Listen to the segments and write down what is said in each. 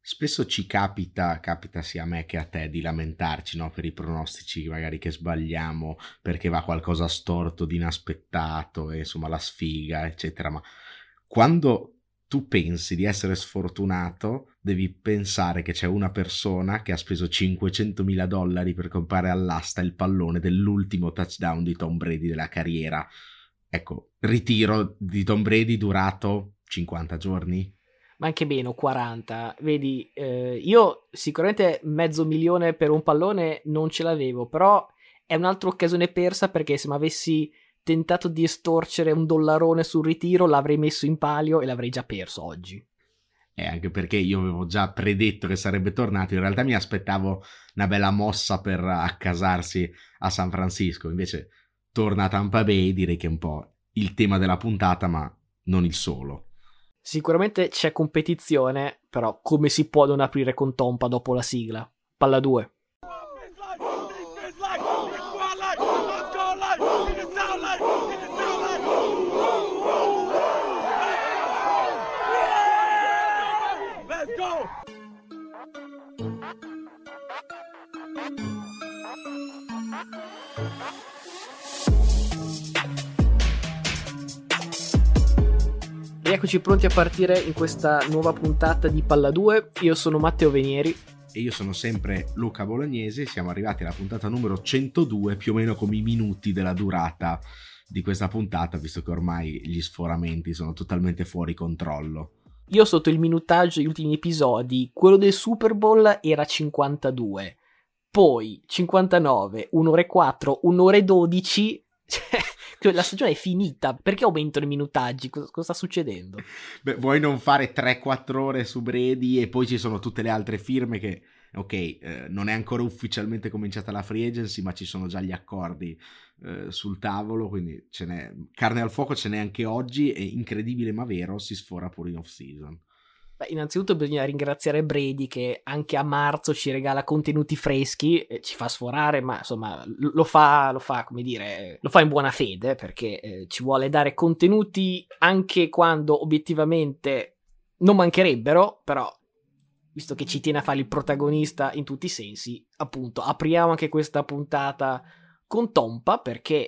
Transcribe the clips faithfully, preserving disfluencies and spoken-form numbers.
Spesso ci capita, capita sia a me che a te di lamentarci, no, per i pronostici magari che sbagliamo, perché va qualcosa storto di inaspettato, e insomma la sfiga, eccetera. Ma quando tu pensi di essere sfortunato, devi pensare che c'è una persona che ha speso cinquecentomila dollari per comprare all'asta il pallone dell'ultimo touchdown di Tom Brady della carriera. Ecco, ritiro di Tom Brady durato cinquanta giorni. Ma anche meno, quaranta. Vedi, eh, io sicuramente mezzo milione per un pallone non ce l'avevo, però è un'altra occasione persa, perché se mi avessi tentato di estorcere un dollarone sul ritiro l'avrei messo in palio e l'avrei già perso oggi. E anche perché io avevo già predetto che sarebbe tornato, in realtà mi aspettavo una bella mossa per accasarsi a San Francisco, invece torna a Tampa Bay, direi che è un po' il tema della puntata, ma non il solo. Sicuramente c'è competizione, però come si può non aprire con Tompa dopo la sigla? Palla due. Eccoci pronti a partire in questa nuova puntata di Palla due. Io sono Matteo Venieri. E io sono sempre Luca Bolognesi. Siamo arrivati alla puntata numero centodue, più o meno come i minuti della durata di questa puntata, visto che ormai gli sforamenti sono totalmente fuori controllo. Io sotto il minutaggio degli ultimi episodi, quello del Super Bowl era cinquantadue, poi cinquantanove, un'ora e quattro, un'ora e dodici. La stagione è finita. Perché aumentano i minutaggi? Cosa, cosa sta succedendo? Beh, vuoi non fare tre quattro ore su Brady e poi ci sono tutte le altre firme che, ok, eh, non è ancora ufficialmente cominciata la free agency, ma ci sono già gli accordi eh, sul tavolo, quindi ce n'è carne al fuoco, ce n'è anche oggi, e incredibile ma vero, si sfora pure in off season. Beh, innanzitutto bisogna ringraziare Brady, che anche a marzo ci regala contenuti freschi, eh, ci fa sforare, ma insomma lo fa, lo fa, come dire, lo fa in buona fede, perché eh, ci vuole dare contenuti anche quando obiettivamente non mancherebbero, però visto che ci tiene a fare il protagonista in tutti i sensi, appunto, apriamo anche questa puntata con Tompa, perché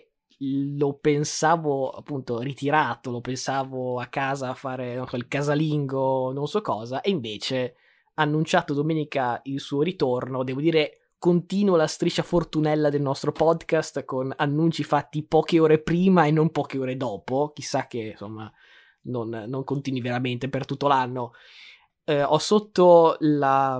lo pensavo appunto ritirato, lo pensavo a casa a fare, non so, il casalingo, non so cosa, e invece ha annunciato domenica il suo ritorno. Devo dire, continua la striscia fortunella del nostro podcast, con annunci fatti poche ore prima e non poche ore dopo. Chissà che insomma non, non continui veramente per tutto l'anno. Eh, ho sotto la,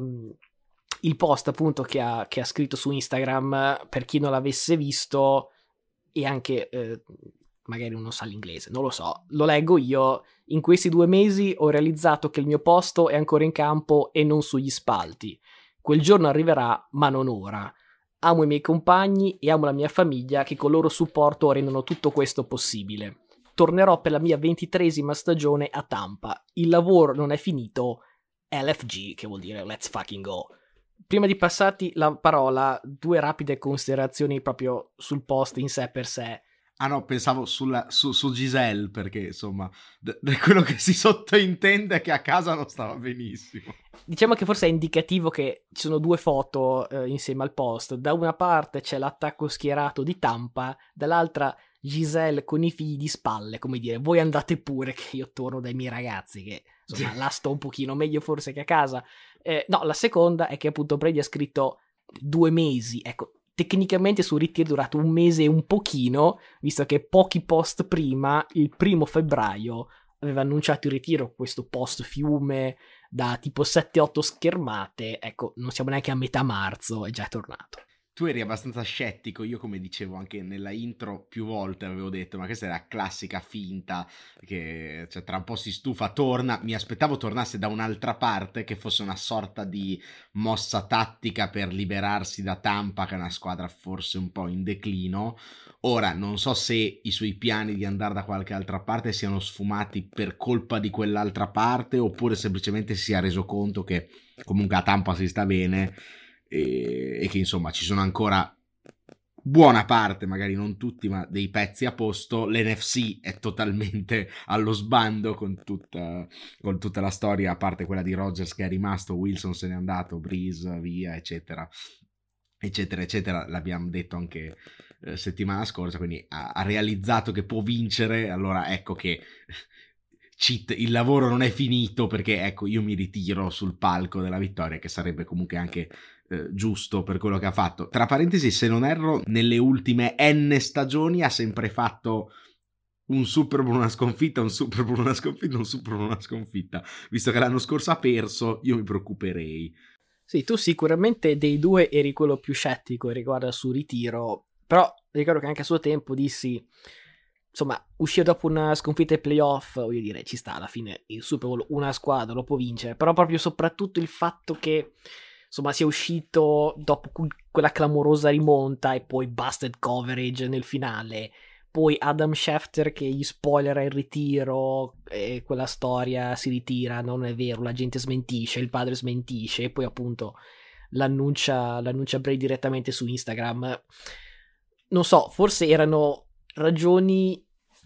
il post appunto che ha, che ha scritto su Instagram, per chi non l'avesse visto, e anche eh, magari uno sa l'inglese, non lo so, lo leggo io. In questi due mesi ho realizzato che il mio posto è ancora in campo e non sugli spalti. Quel giorno arriverà, ma non ora. Amo i miei compagni e amo la mia famiglia, che con il loro supporto rendono tutto questo possibile. Tornerò per la mia ventitresima stagione a Tampa. Il lavoro non è finito. L F G, che vuol dire let's fucking go. Prima di passarti la parola, due rapide considerazioni proprio sul post in sé per sé. Ah no, pensavo sulla, su, su Giselle, perché insomma, d- d- quello che si sottointende è che a casa non stava benissimo. Diciamo che forse è indicativo che ci sono due foto eh, insieme al post. Da una parte c'è l'attacco schierato di Tampa, dall'altra Giselle con i figli di spalle, come dire, voi andate pure che io torno dai miei ragazzi, che insomma là sto un pochino meglio forse che a casa. Eh, no, la seconda è che appunto Brady ha scritto due mesi, ecco, tecnicamente sul ritiro è durato un mese e un pochino, visto che pochi post prima, il primo febbraio, aveva annunciato il ritiro, questo post fiume da tipo sette otto schermate. Ecco, non siamo neanche a metà marzo, è già tornato. Tu eri abbastanza scettico, io come dicevo anche nella intro più volte avevo detto, ma questa è la classica finta, che cioè, tra un po' si stufa, torna, mi aspettavo tornasse da un'altra parte, che fosse una sorta di mossa tattica per liberarsi da Tampa, che è una squadra forse un po' in declino. Ora, non so se i suoi piani di andare da qualche altra parte siano sfumati per colpa di quell'altra parte, oppure semplicemente si sia reso conto che comunque a Tampa si sta bene, e, e che insomma ci sono ancora buona parte, magari non tutti, ma dei pezzi a posto. L'N F C è totalmente allo sbando con tutta, con tutta la storia, a parte quella di Rodgers che è rimasto, Wilson se n'è andato, Breeze via, eccetera, eccetera, eccetera. L'abbiamo detto anche eh, settimana scorsa, quindi ha, ha realizzato che può vincere, allora ecco che cheat, il lavoro non è finito, perché ecco, io mi ritiro sul palco della vittoria, che sarebbe comunque anche eh, giusto per quello che ha fatto. Tra parentesi, se non erro, nelle ultime N stagioni ha sempre fatto un Super Bowl, una sconfitta, un Super Bowl, una sconfitta, un Super Bowl, una sconfitta. Visto che l'anno scorso ha perso, io mi preoccuperei. Sì, tu sicuramente dei due eri quello più scettico riguardo al suo ritiro, però ricordo che anche a suo tempo dissi, insomma, uscire dopo una sconfitta ai playoff, voglio dire, ci sta, alla fine il Super Bowl una squadra lo può vincere, però proprio soprattutto il fatto che, insomma, sia uscito dopo quella clamorosa rimonta e poi busted coverage nel finale, poi Adam Schefter che gli spoilera il ritiro e quella storia si ritira, non è vero, la gente smentisce, il padre smentisce e poi appunto l'annuncia, l'annuncia Brady direttamente su Instagram. Non so, forse erano ragioni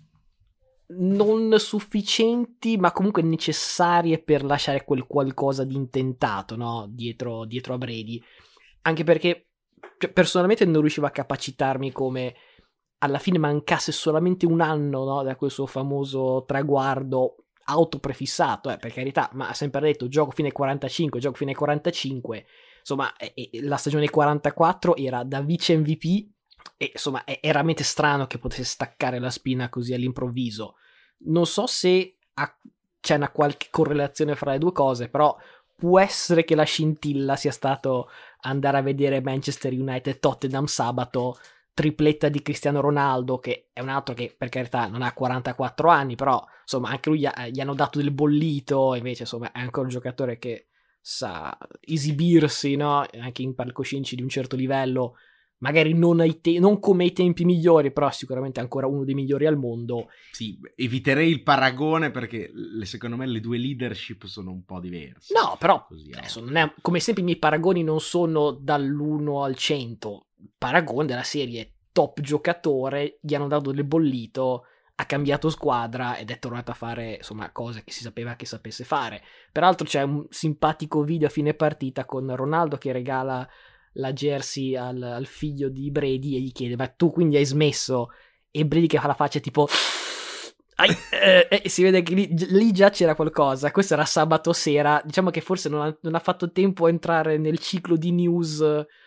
non sufficienti ma comunque necessarie per lasciare quel qualcosa di intentato, no? dietro, dietro a Brady, anche perché cioè, personalmente non riuscivo a capacitarmi come alla fine mancasse solamente un anno, no, da quel suo famoso traguardo autoprefissato, eh, per carità, ma ha sempre detto gioco fino ai quarantacinque, gioco fino ai quarantacinque, insomma eh, eh, la stagione quarantaquattro era da vice M V P e insomma è, è veramente strano che potesse staccare la spina così all'improvviso. Non so se ha, c'è una qualche correlazione fra le due cose, però può essere che la scintilla sia stato andare a vedere Manchester United Tottenham sabato, tripletta di Cristiano Ronaldo, che è un altro che per carità non ha quarantaquattro anni, però insomma anche lui gli hanno dato del bollito, invece insomma è ancora un giocatore che sa esibirsi, no? Anche in palcoscenici di un certo livello, magari non, ai te- non come ai tempi migliori, però sicuramente ancora uno dei migliori al mondo. Sì, eviterei il paragone perché le, secondo me le due leadership sono un po' diverse. No, però Così, adesso, non è, come sempre i miei paragoni non sono dall'uno al cento, paragone della serie top giocatore, gli hanno dato del bollito, ha cambiato squadra ed è tornato a fare insomma cose che si sapeva che sapesse fare. Peraltro c'è un simpatico video a fine partita con Ronaldo che regala la jersey al, al figlio di Brady e gli chiede ma tu quindi hai smesso? E Brady che fa la faccia tipo ai, eh, eh, si vede che lì, lì già c'era qualcosa. Questo era sabato sera, diciamo che forse non ha, non ha fatto tempo a entrare nel ciclo di news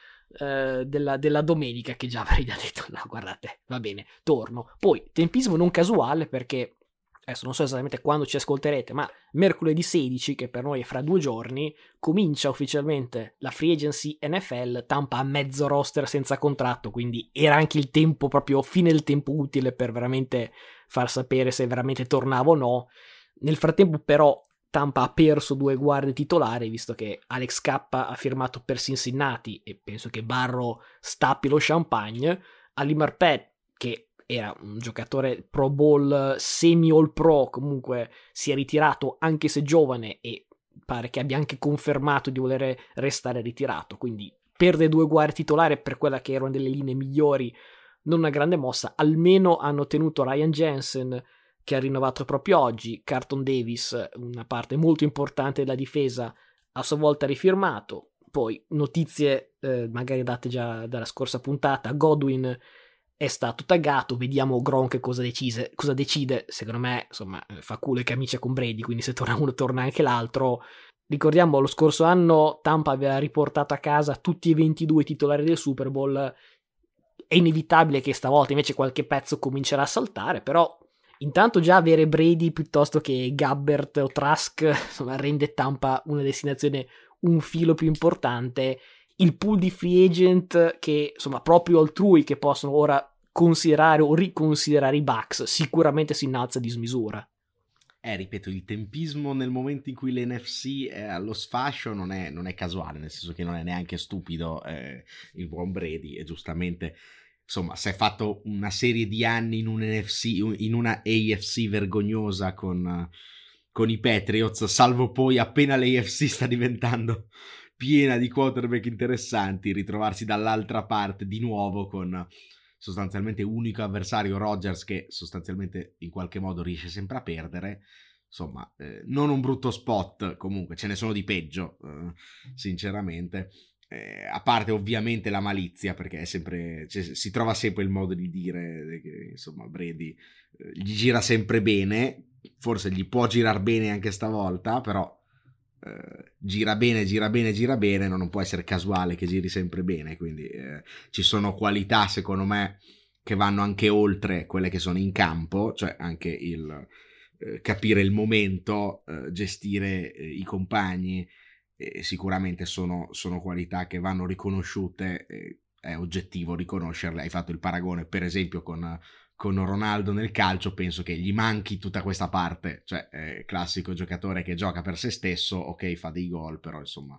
eh, della, della domenica, che già Brady ha detto no guardate va bene, torno. Poi tempismo non casuale perché adesso non so esattamente quando ci ascolterete, ma mercoledì sedici, che per noi è fra due giorni, comincia ufficialmente la free agency N F L. Tampa ha mezzo roster senza contratto, quindi era anche il tempo, proprio fine del tempo utile per veramente far sapere se veramente tornava o no. Nel frattempo però Tampa ha perso due guardie titolari, visto che Alex K ha firmato per Cincinnati e penso che Barro stappi lo champagne. Ali Marpet, che era un giocatore Pro Bowl, semi All Pro, comunque si è ritirato anche se giovane e pare che abbia anche confermato di voler restare ritirato, quindi perde due guardie titolari per quella che erano delle linee migliori, non una grande mossa. Almeno hanno tenuto Ryan Jensen, che ha rinnovato proprio oggi. Carlton Davis, una parte molto importante della difesa, a sua volta rifirmato. Poi notizie eh, magari date già dalla scorsa puntata, Godwin è stato taggato, vediamo Gronk cosa decide, cosa decide. Secondo me insomma fa culo e camicia con Brady, quindi se torna uno torna anche l'altro. Ricordiamo lo scorso anno Tampa aveva riportato a casa tutti e ventidue titolari del Super Bowl, è inevitabile che stavolta invece qualche pezzo comincerà a saltare, però intanto già avere Brady piuttosto che Gabbert o Trask insomma rende Tampa una destinazione un filo più importante. Il pool di free agent che insomma proprio altrui che possono ora considerare o riconsiderare i Bucks sicuramente si innalza di smisura. Eh, ripeto, il tempismo nel momento in cui l'N F C è allo sfascio non è, non è casuale, nel senso che non è neanche stupido eh, il buon Brady, e giustamente, insomma, si è fatto una serie di anni in un N F C, in una A F C vergognosa con, con i Patriots, salvo poi appena l'A F C sta diventando piena di quarterback interessanti, ritrovarsi dall'altra parte di nuovo con sostanzialmente unico avversario Rodgers, che sostanzialmente in qualche modo riesce sempre a perdere. Insomma, eh, non un brutto spot, comunque ce ne sono di peggio, eh, sinceramente. Eh, a parte ovviamente la malizia, perché è sempre, cioè, si trova sempre il modo di dire che insomma Brady eh, gli gira sempre bene, forse gli può girar bene anche stavolta, però eh, gira bene, gira bene, gira bene, non può essere casuale che giri sempre bene, quindi eh, ci sono qualità secondo me che vanno anche oltre quelle che sono in campo, cioè anche il eh, capire il momento, eh, gestire eh, i compagni, e sicuramente sono, sono qualità che vanno riconosciute, eh, è oggettivo riconoscerle. Hai fatto il paragone per esempio con, con Ronaldo nel calcio, penso che gli manchi tutta questa parte, cioè eh, classico giocatore che gioca per se stesso, ok fa dei gol, però insomma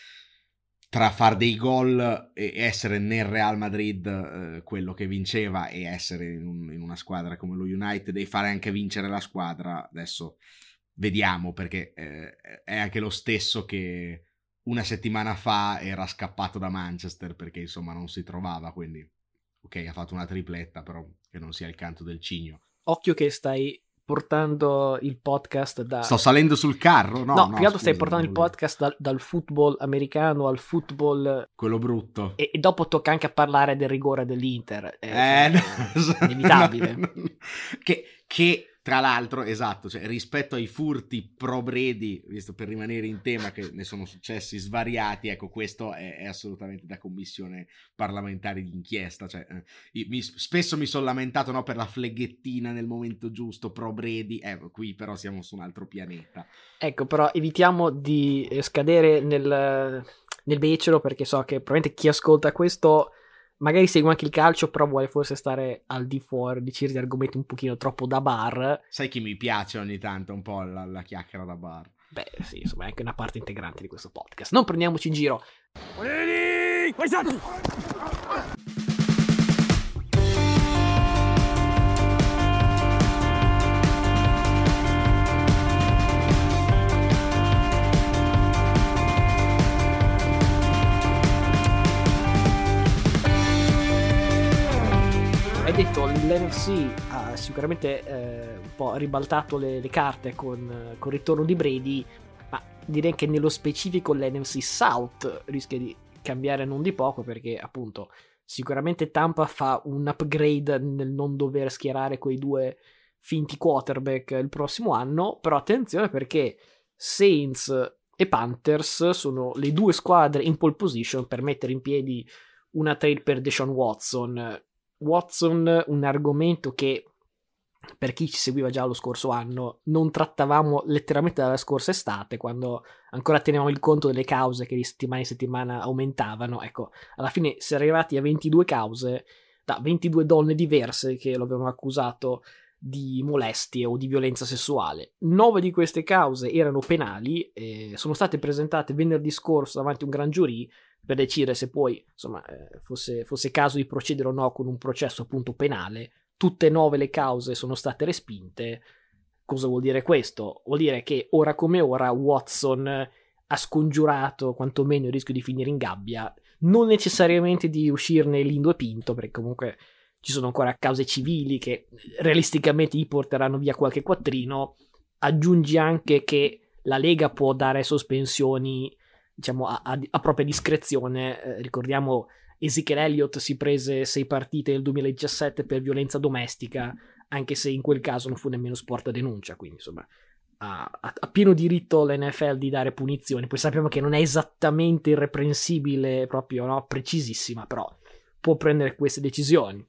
tra far dei gol e essere nel Real Madrid eh, quello che vinceva e essere in, un, in una squadra come lo United e fare anche vincere la squadra, adesso vediamo, perché eh, è anche lo stesso che una settimana fa era scappato da Manchester perché insomma non si trovava, quindi ok, ha fatto una tripletta, però che non sia il canto del cigno. Occhio che stai portando il podcast da... Sto salendo sul carro? No, no, no più altro stai scusa, portando il podcast dal, dal football americano al football... quello brutto. E, e dopo tocca anche parlare del rigore dell'Inter. Eh, eh, cioè, no, inevitabile. No, no, che... che... Tra l'altro, esatto, cioè, rispetto ai furti pro Brady, visto per rimanere in tema che ne sono successi svariati, ecco, questo è, è assolutamente da commissione parlamentare di inchiesta. Cioè, eh, mi, spesso mi sono lamentato, no, per la fleghettina nel momento giusto pro Brady, eh, qui però siamo su un altro pianeta. Ecco, però evitiamo di scadere nel, nel becero, perché so che probabilmente chi ascolta questo... magari segue anche il calcio, però vuole forse stare al di fuori di certi argomenti un pochino troppo da bar. Sai chi mi piace ogni tanto un po' la, la chiacchiera da bar? Beh, sì, insomma, è anche una parte integrante di questo podcast. Non prendiamoci in giro. Hai detto l'N F C ha sicuramente eh, un po' ribaltato le, le carte con, con il ritorno di Brady, ma direi che nello specifico l'N F C South rischia di cambiare non di poco, perché appunto sicuramente Tampa fa un upgrade nel non dover schierare quei due finti quarterback il prossimo anno, però attenzione perché Saints e Panthers sono le due squadre in pole position per mettere in piedi una trade per Deshaun Watson. Watson, un argomento che per chi ci seguiva già lo scorso anno non trattavamo letteralmente dalla scorsa estate, quando ancora tenevamo il conto delle cause che di settimana in settimana aumentavano. Ecco, alla fine si è arrivati a ventidue cause da ventidue donne diverse che lo avevano accusato di molestie o di violenza sessuale. Nove di queste cause erano penali e sono state presentate venerdì scorso davanti a un gran giurì per decidere se poi insomma eh, fosse, fosse caso di procedere o no con un processo appunto penale. Tutte e nove le cause sono state respinte. Cosa vuol dire questo? Vuol dire che ora come ora Watson ha scongiurato quantomeno il rischio di finire in gabbia, non necessariamente di uscirne lindo e pinto, perché comunque ci sono ancora cause civili che realisticamente gli porteranno via qualche quattrino. Aggiungi anche che la Lega può dare sospensioni, diciamo, a, a, a propria discrezione. Eh, ricordiamo Ezekiel Elliott si prese sei partite nel duemiladiciassette per violenza domestica, anche se in quel caso non fu nemmeno sport a denuncia, quindi insomma ha, ha pieno diritto l'N F L di dare punizioni. Poi sappiamo che non è esattamente irreprensibile, proprio no, precisissima, però può prendere queste decisioni.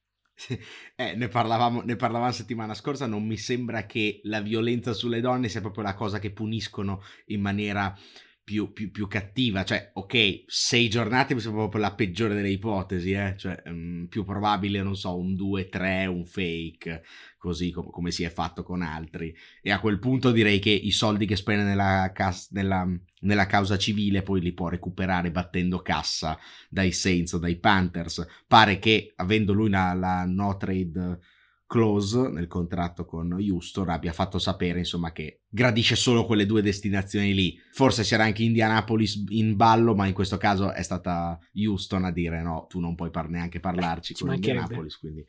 Eh, ne parlavamo, ne parlavamo settimana scorsa. Non mi sembra che la violenza sulle donne sia proprio la cosa che puniscono in maniera più, più, più cattiva. Cioè, ok, sei giornate mi sembra proprio la peggiore delle ipotesi, eh? Cioè, um, più probabile, non so, un due tre, un fake, così com- come si è fatto con altri. E a quel punto direi che i soldi che spende nella, cas- nella, nella causa civile poi li può recuperare battendo cassa dai Saints o dai Panthers. Pare che, avendo lui una, la no trade clause nel contratto con Houston abbia fatto sapere insomma che gradisce solo quelle due destinazioni lì. Forse c'era anche Indianapolis in ballo, ma in questo caso è stata Houston a dire no, tu non puoi par- neanche parlarci Ci con mancherebbe. Indianapolis, quindi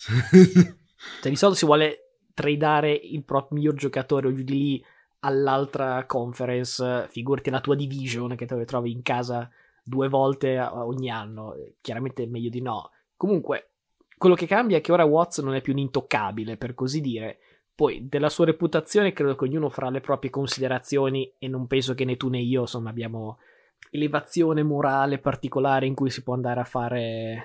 Cioè di solito si vuole tradare il proprio miglior giocatore o giù di lì all'altra conference, figurati la tua division che te lo trovi in casa due volte ogni anno, chiaramente è meglio di no. Comunque quello che cambia è che ora Watson non è più un intoccabile, per così dire. Poi della sua reputazione credo che ognuno farà le proprie considerazioni e non penso che né tu né io insomma abbiamo elevazione morale particolare in cui si può andare a fare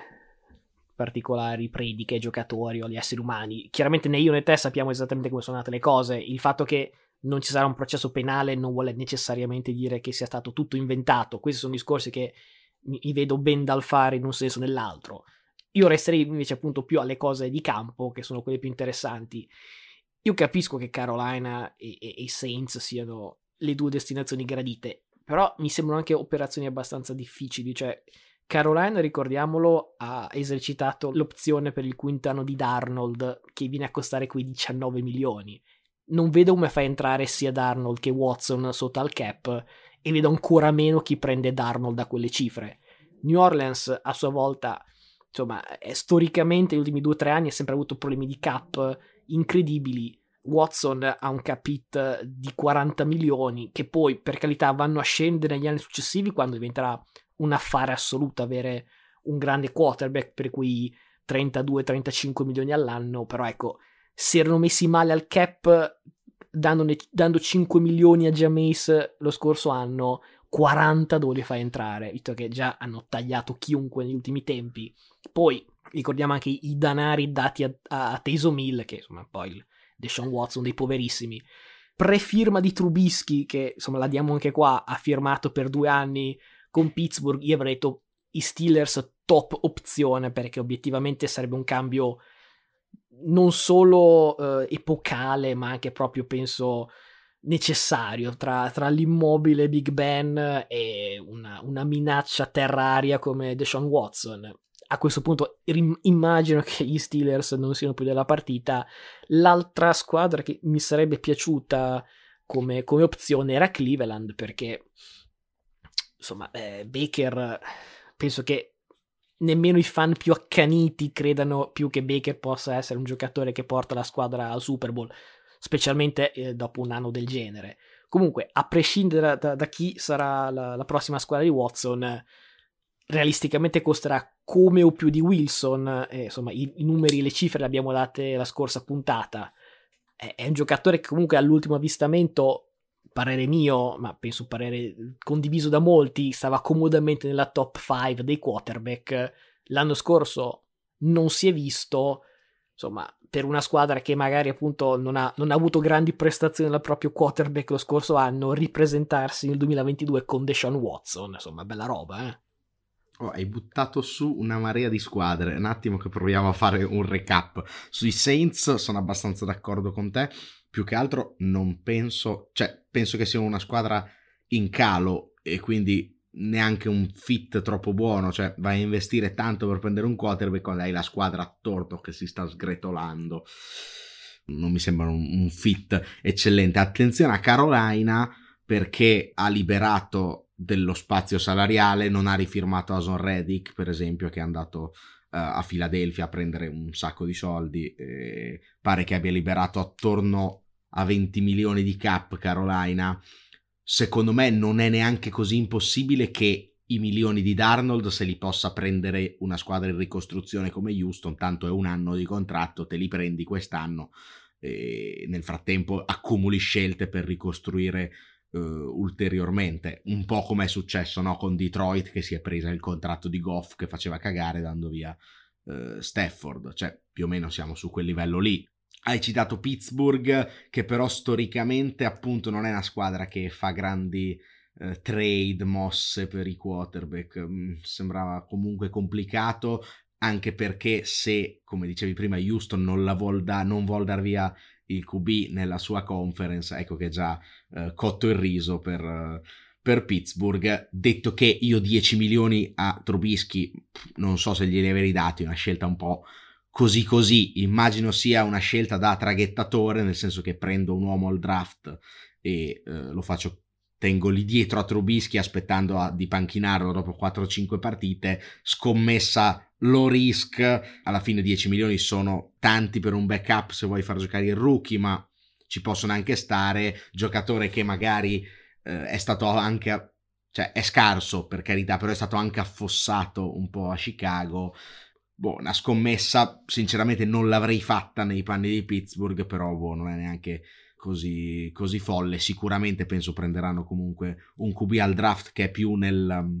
particolari prediche ai giocatori o agli esseri umani. Chiaramente né io né te sappiamo esattamente come sono andate le cose. Il fatto che non ci sarà un processo penale non vuole necessariamente dire che sia stato tutto inventato. Questi sono discorsi che mi, mi vedo ben dal fare in un senso o nell'altro. Io resterei invece appunto più alle cose di campo, che sono quelle più interessanti. Io capisco che Carolina e, e, e Saints siano le due destinazioni gradite, però mi sembrano anche operazioni abbastanza difficili. Cioè Carolina, ricordiamolo, ha esercitato l'opzione per il quinto anno di Darnold, che viene a costare quei diciannove milioni. Non vedo come fa a entrare sia Darnold che Watson sotto al cap, e vedo ancora meno chi prende Darnold da quelle cifre. New Orleans a sua volta, insomma, è, storicamente negli ultimi due o tre anni ha sempre avuto problemi di cap incredibili. Watson ha un cap hit di quaranta milioni, che poi per carità vanno a scendere negli anni successivi quando diventerà un affare assoluto avere un grande quarterback per quei trentadue trentacinque milioni all'anno. Però ecco, si erano messi male al cap dandone, dando cinque milioni a Jameis lo scorso anno, quaranta dove li fa entrare, visto che già hanno tagliato chiunque negli ultimi tempi. Poi ricordiamo anche i danari dati a, a Taysom Hill, che insomma poi il Deshaun Watson dei poverissimi. Prefirma di Trubisky, che insomma la diamo anche qua, ha firmato per due anni con Pittsburgh. Io avrei detto i Steelers top opzione, perché obiettivamente sarebbe un cambio non solo eh, epocale, ma anche proprio penso necessario tra, tra l'immobile Big Ben e una, una minaccia terraria come Deshaun Watson. A questo punto rim- immagino che gli Steelers non siano più della partita. L'altra squadra che mi sarebbe piaciuta come, come opzione era Cleveland, perché insomma eh, Baker, penso che nemmeno i fan più accaniti credano più che Baker possa essere un giocatore che porta la squadra al Super Bowl, specialmente eh, dopo un anno del genere. Comunque, a prescindere da, da chi sarà la, la prossima squadra di Watson, realisticamente costerà come o più di Wilson. E, insomma, i, i numeri e le cifre le abbiamo date la scorsa puntata. È, è un giocatore che comunque all'ultimo avvistamento, parere mio, ma penso parere condiviso da molti, stava comodamente nella top cinque dei quarterback. L'anno scorso non si è visto, insomma, per una squadra che magari appunto non ha, non ha avuto grandi prestazioni dal proprio quarterback lo scorso anno, ripresentarsi nel duemilaventidue con Deshaun Watson, insomma, bella roba, eh. Oh, hai buttato su una marea di squadre. Un attimo che proviamo a fare un recap. Sui Saints sono abbastanza d'accordo con te. Più che altro non penso, cioè penso che sia una squadra in calo e quindi neanche un fit troppo buono, cioè vai a investire tanto per prendere un quarterback quando hai la squadra attorno che si sta sgretolando. Non mi sembra un, un fit eccellente. Attenzione a Carolina, perché ha liberato dello spazio salariale, non ha rifirmato Haason Reddick per esempio, che è andato a Filadelfia a prendere un sacco di soldi. Eh, pare che abbia liberato attorno a venti milioni di cap Carolina. Secondo me non è neanche così impossibile che i milioni di Darnold se li possa prendere una squadra in ricostruzione come Houston, tanto è un anno di contratto, te li prendi quest'anno e nel frattempo accumuli scelte per ricostruire Uh, ulteriormente, un po' come è successo, no, con Detroit, che si è presa il contratto di Goff che faceva cagare dando via uh, Stafford. Cioè più o meno siamo su quel livello lì. Hai citato Pittsburgh, che però storicamente appunto non è una squadra che fa grandi uh, trade, mosse per i quarterback. Mm, sembrava comunque complicato, anche perché se, come dicevi prima, Houston non la vuol, da, non vuol dar via il Q B nella sua conference, ecco che già eh, cotto il riso per, uh, per Pittsburgh. Detto che io dieci milioni a Trubisky non so se glieli avrei dati, una scelta un po' così così, immagino sia una scelta da traghettatore, nel senso che prendo un uomo al draft e eh, lo faccio, tengo lì dietro a Trubisky aspettando a, di panchinarlo dopo quattro cinque partite, scommessa low risk, alla fine dieci milioni sono tanti per un backup se vuoi far giocare il rookie, ma ci possono anche stare, giocatore che magari eh, è stato anche, cioè è scarso per carità, però è stato anche affossato un po' a Chicago. Boh, una scommessa sinceramente non l'avrei fatta nei panni di Pittsburgh, però boh, non è neanche così, così folle. Sicuramente penso prenderanno comunque un Q B al draft che è più nel,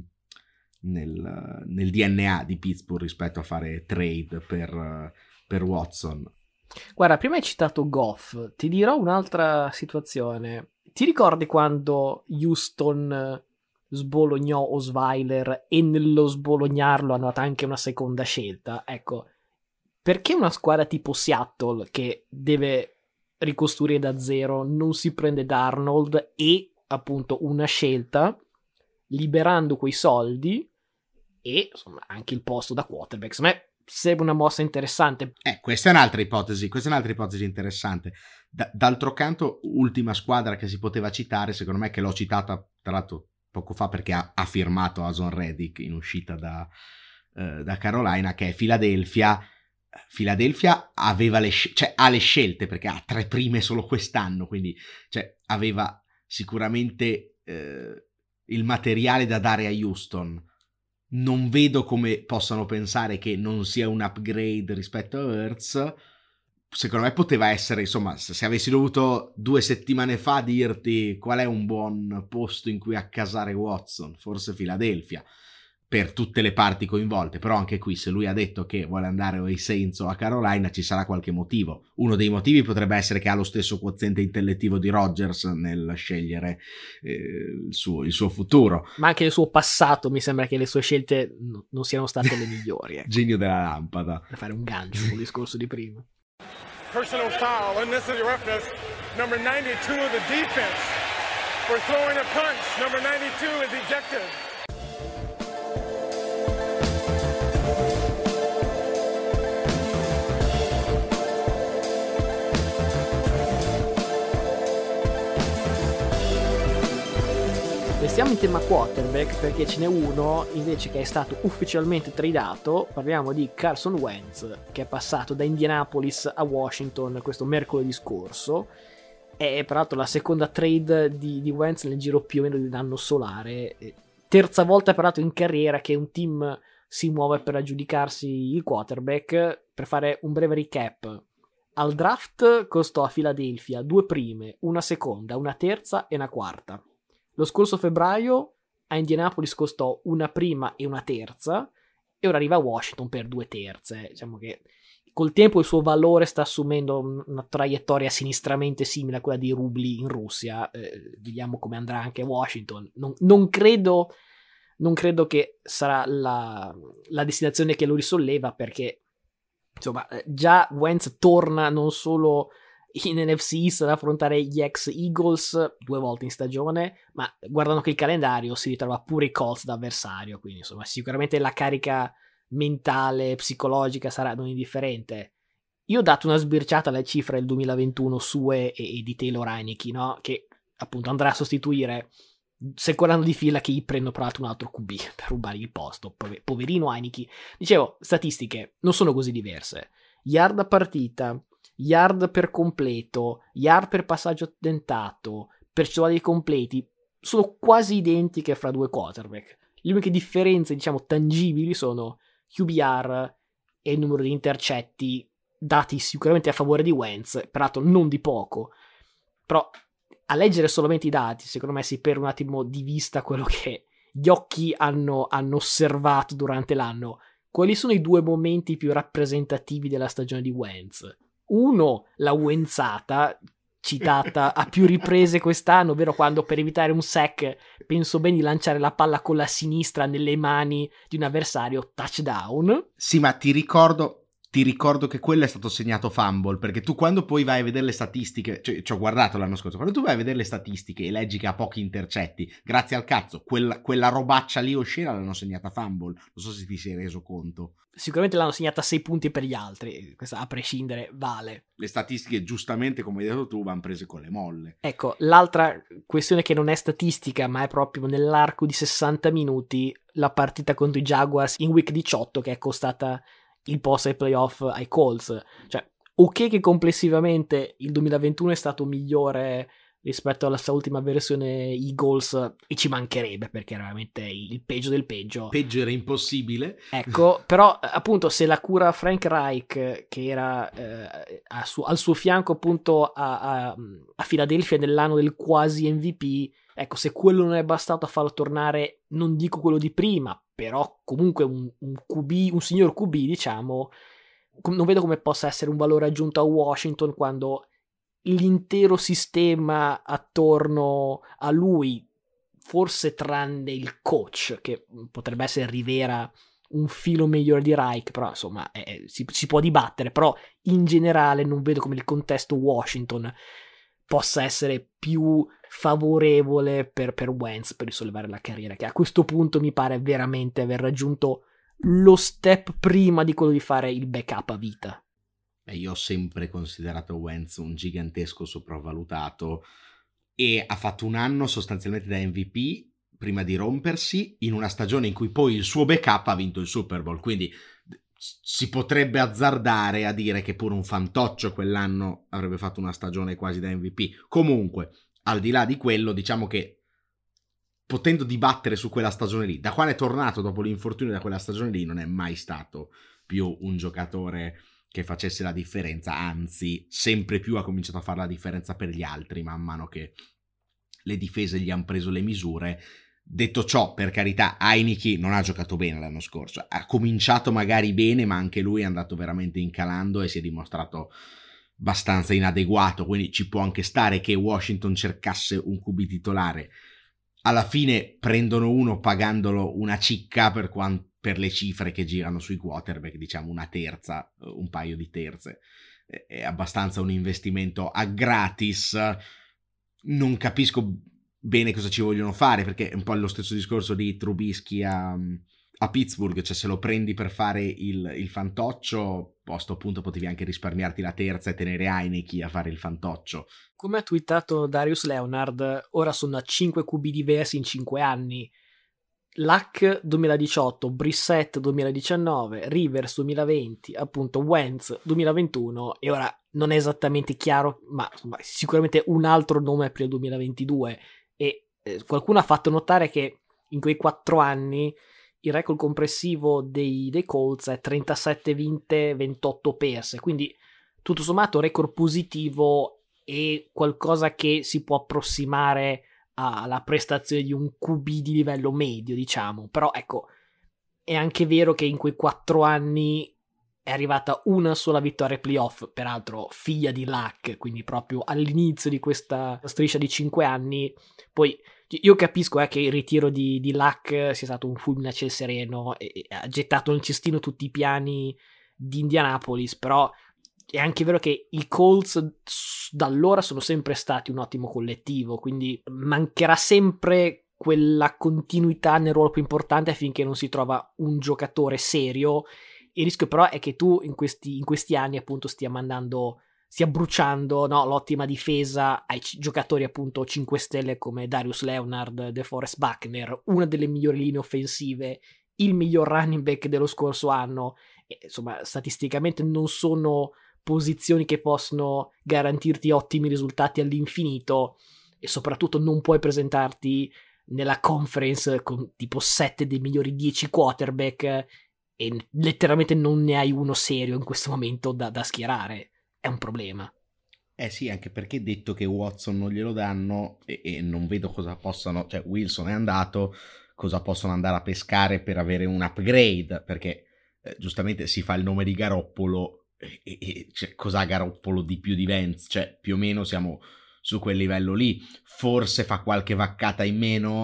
nel, nel D N A di Pittsburgh rispetto a fare trade per, per Watson. Guarda, prima hai citato Goff, ti dirò un'altra situazione. Ti ricordi quando Houston sbolognò Osweiler e nello sbolognarlo hanno dato anche una seconda scelta? Ecco, perché una squadra tipo Seattle che deve ricostruire da zero non si prende Darnold e appunto una scelta, liberando quei soldi e insomma anche il posto da quarterback? Secondo me serve una mossa interessante. Eh, questa è un'altra ipotesi, questa è un'altra ipotesi interessante. D- d'altro canto, ultima squadra che si poteva citare, secondo me, che l'ho citata tra l'altro poco fa perché ha, ha firmato Haason Reddick in uscita da, eh, da Carolina, che è Philadelphia. Philadelphia aveva le sc- cioè ha le scelte perché ha tre prime solo quest'anno, quindi cioè, aveva sicuramente eh, il materiale da dare a Houston. Non vedo come possano pensare che non sia un upgrade rispetto a Hurts. Secondo me poteva essere, insomma, se avessi dovuto due settimane fa dirti qual è un buon posto in cui accasare Watson, forse Philadelphia, per tutte le parti coinvolte, però anche qui se lui ha detto che vuole andare o ai Saints o a Carolina ci sarà qualche motivo. Uno dei motivi potrebbe essere che ha lo stesso quoziente intellettivo di Rodgers nel scegliere eh, il, suo, il suo futuro. Ma anche il suo passato, mi sembra che le sue scelte no, non siano state le migliori. Ecco. Genio della lampada. Per fare un gancio sul discorso di prima. Personal foul, unnecessary roughness, number ninety-two of the defense for throwing a punch. Number ninety-two is ejected. Restiamo in tema quarterback perché ce n'è uno invece che è stato ufficialmente tradato. Parliamo di Carson Wentz, che è passato da Indianapolis a Washington questo mercoledì scorso. È peraltro la seconda trade di, di Wentz nel giro più o meno di un anno solare. Terza volta peraltro in carriera che un team si muove per aggiudicarsi il quarterback. Per fare un breve recap, al draft costò a Philadelphia due prime, una seconda, una terza e una quarta. Lo scorso febbraio a Indianapolis costò una prima e una terza e ora arriva a Washington per due terze. Diciamo che col tempo il suo valore sta assumendo una traiettoria sinistramente simile a quella di rubli in Russia. Eh, vediamo come andrà anche a Washington. Non, non credo non credo che sarà la, la destinazione che lo risolleva, perché insomma già Wentz torna non solo in N F C East ad affrontare gli ex Eagles due volte in stagione, ma guardando che il calendario si ritrova pure i Colts da avversario, quindi insomma sicuramente la carica mentale, psicologica sarà non indifferente. Io ho dato una sbirciata alle cifre del duemilaventuno sue e, e di Taylor Heineke, no? Che appunto andrà a sostituire secondo anno di fila che gli prendo per l'altro un altro Q B per rubare il posto, poverino Heineke. Dicevo, statistiche non sono così diverse. Yard a partita, yard per completo, yard per passaggio tentato, percentuali completi, sono quasi identiche fra due quarterback. Le uniche differenze, diciamo, tangibili sono Q B R e il numero di intercetti dati sicuramente a favore di Wentz, peraltro non di poco. Però a leggere solamente i dati, secondo me si perde un attimo di vista quello che gli occhi hanno, hanno osservato durante l'anno. Quali sono i due momenti più rappresentativi della stagione di Wentz? Uno, la Wentzata, citata a più riprese quest'anno, ovvero quando per evitare un sack penso bene di lanciare la palla con la sinistra nelle mani di un avversario, touchdown. Sì, ma ti ricordo, ti ti ricordo che quello è stato segnato fumble, perché tu quando poi vai a vedere le statistiche, cioè ci ho guardato l'anno scorso, quando tu vai a vedere le statistiche e leggi che ha pochi intercetti, grazie al cazzo, quella, quella robaccia lì oscena l'hanno segnata fumble, non so se ti sei reso conto. Sicuramente l'hanno segnata sei punti per gli altri, questa a prescindere vale. Le statistiche, giustamente come hai detto tu, vanno prese con le molle. Ecco, l'altra questione che non è statistica, ma è proprio nell'arco di sessanta minuti, la partita contro i Jaguars in week diciotto, che è costata il post ai playoff ai Colts. Cioè, ok che complessivamente il duemilaventuno è stato migliore rispetto alla sua ultima versione Eagles, e ci mancherebbe, perché era veramente il peggio del peggio. Peggio era impossibile. Ecco, però appunto se la cura Frank Reich, che era eh, a su- al suo fianco appunto a, a, a Philadelphia nell'anno del quasi M V P, ecco, se quello non è bastato a farlo tornare, non dico quello di prima, però comunque un, un Q B, un signor Q B, diciamo, non vedo come possa essere un valore aggiunto a Washington quando l'intero sistema attorno a lui, forse tranne il coach, che potrebbe essere Rivera, un filo migliore di Reich, però insomma eh, si, si può dibattere, però in generale non vedo come il contesto Washington possa essere più favorevole per, per Wentz per risollevare la carriera, che a questo punto mi pare veramente aver raggiunto lo step prima di quello di fare il backup a vita. Io ho sempre considerato Wentz un gigantesco sopravvalutato e ha fatto un anno sostanzialmente da M V P prima di rompersi, in una stagione in cui poi il suo backup ha vinto il Super Bowl, quindi si potrebbe azzardare a dire che pure un fantoccio quell'anno avrebbe fatto una stagione quasi da M V P. Comunque, al di là di quello, diciamo che potendo dibattere su quella stagione lì, da quando è tornato dopo l'infortunio da quella stagione lì, non è mai stato più un giocatore che facesse la differenza, anzi sempre più ha cominciato a fare la differenza per gli altri man mano che le difese gli hanno preso le misure. Detto ciò, per carità, Heineke non ha giocato bene l'anno scorso, ha cominciato magari bene, ma anche lui è andato veramente incalando e si è dimostrato abbastanza inadeguato, quindi ci può anche stare che Washington cercasse un Q B titolare. Alla fine prendono uno pagandolo una cicca per, quant- per le cifre che girano sui quarterback, diciamo una terza, un paio di terze, è abbastanza un investimento a gratis. Non capisco bene cosa ci vogliono fare, perché è un po' lo stesso discorso di Trubisky a, a Pittsburgh, cioè se lo prendi per fare il, il fantoccio, a sto punto potevi anche risparmiarti la terza e tenere Heineke a fare il fantoccio. Come ha twittato Darius Leonard, ora sono a cinque Q B diversi in cinque anni. Luck duemiladiciotto, Brissett duemiladiciannove, Rivers duemilaventi, appunto Wentz duemilaventuno, e ora non è esattamente chiaro, ma, ma sicuramente un altro nome per il duemilaventidue, e eh, qualcuno ha fatto notare che in quei quattro anni il record complessivo dei, dei Colts è trentasette vinte, ventotto perse, quindi tutto sommato record positivo e qualcosa che si può approssimare alla prestazione di un Q B di livello medio, diciamo. Però ecco, è anche vero che in quei quattro anni è arrivata una sola vittoria ai playoff, peraltro figlia di Luck, quindi proprio all'inizio di questa striscia di cinque anni. Poi io capisco eh, che il ritiro di, di Luck sia stato un fulmine a ciel sereno e, e ha gettato nel cestino tutti i piani di Indianapolis, però è anche vero che i Colts da allora sono sempre stati un ottimo collettivo, quindi mancherà sempre quella continuità nel ruolo più importante finché non si trova un giocatore serio. Il rischio però è che tu in questi, in questi anni appunto stia mandando, stia bruciando, no, l'ottima difesa ai c- giocatori appunto cinque stelle come Darius Leonard, DeForest Buckner, una delle migliori linee offensive, il miglior running back dello scorso anno. E, insomma, statisticamente non sono posizioni che possono garantirti ottimi risultati all'infinito, e soprattutto non puoi presentarti nella conference con tipo sette dei migliori dieci quarterback e letteralmente non ne hai uno serio in questo momento da, da schierare. È un problema. Eh sì, anche perché detto che Watson non glielo danno e, e non vedo cosa possano, cioè Wilson è andato, cosa possono andare a pescare per avere un upgrade, perché eh, giustamente si fa il nome di Garoppolo e, e cioè, cos'ha Garoppolo di più di Vance? Cioè più o meno siamo su quel livello lì, forse fa qualche vaccata in meno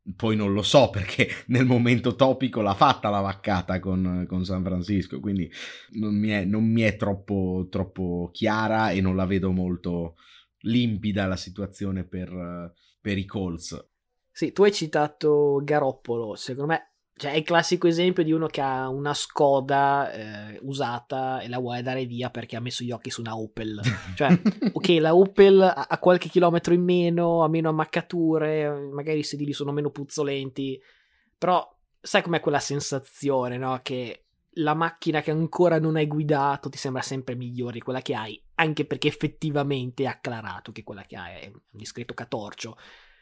poi non lo so, perché nel momento topico l'ha fatta la vaccata con, con San Francisco, quindi non mi è, non mi è troppo, troppo chiara e non la vedo molto limpida la situazione per, per i Colts. Sì, tu hai citato Garoppolo, secondo me, cioè, è il classico esempio di uno che ha una Skoda eh, usata e la vuole dare via perché ha messo gli occhi su una Opel. Cioè, ok, la Opel ha, ha qualche chilometro in meno, ha meno ammaccature, magari i sedili sono meno puzzolenti, però sai com'è quella sensazione, no? Che la macchina che ancora non hai guidato ti sembra sempre migliore di quella che hai, anche perché effettivamente è acclarato che quella che hai è un discreto catorcio.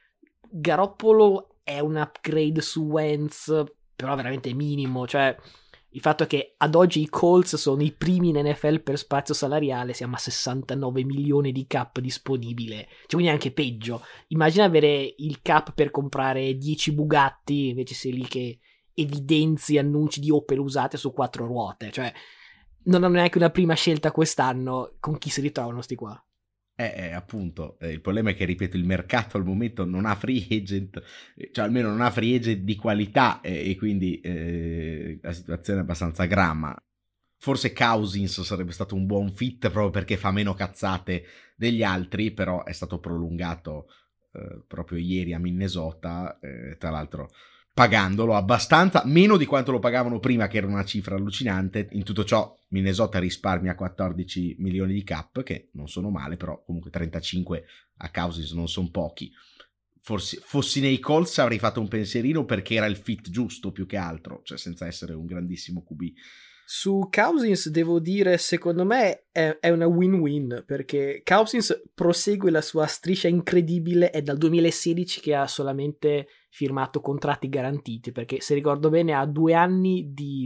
Garoppolo è un upgrade su Wentz, però veramente minimo, cioè il fatto è che ad oggi i Colts sono i primi in N F L per spazio salariale, siamo a sessantanove milioni di cap disponibile, cioè quindi anche peggio. Immagina avere il cap per comprare dieci Bugatti, invece sei lì che evidenzi annunci di Opel usate su quattro ruote, cioè non hanno neanche una prima scelta quest'anno, con chi si ritrovano sti qua? Eh, eh, appunto, eh, il problema è che, ripeto, il mercato al momento non ha free agent, cioè almeno non ha free agent di qualità, eh, e quindi eh, la situazione è abbastanza gramma. Forse Cousins sarebbe stato un buon fit proprio perché fa meno cazzate degli altri, però è stato prolungato eh, proprio ieri a Minnesota, eh, tra l'altro pagandolo abbastanza, meno di quanto lo pagavano prima, che era una cifra allucinante. In tutto ciò Minnesota risparmia quattordici milioni di cap, che non sono male, però comunque trentacinque a Cousins non sono pochi. Forse fossi nei Colts avrei fatto un pensierino perché era il fit giusto più che altro, cioè senza essere un grandissimo Q B. Su Cousins devo dire, secondo me è, è una win-win, perché Cousins prosegue la sua striscia incredibile, è dal duemilasedici che ha solamente firmato contratti garantiti, perché se ricordo bene ha due anni di,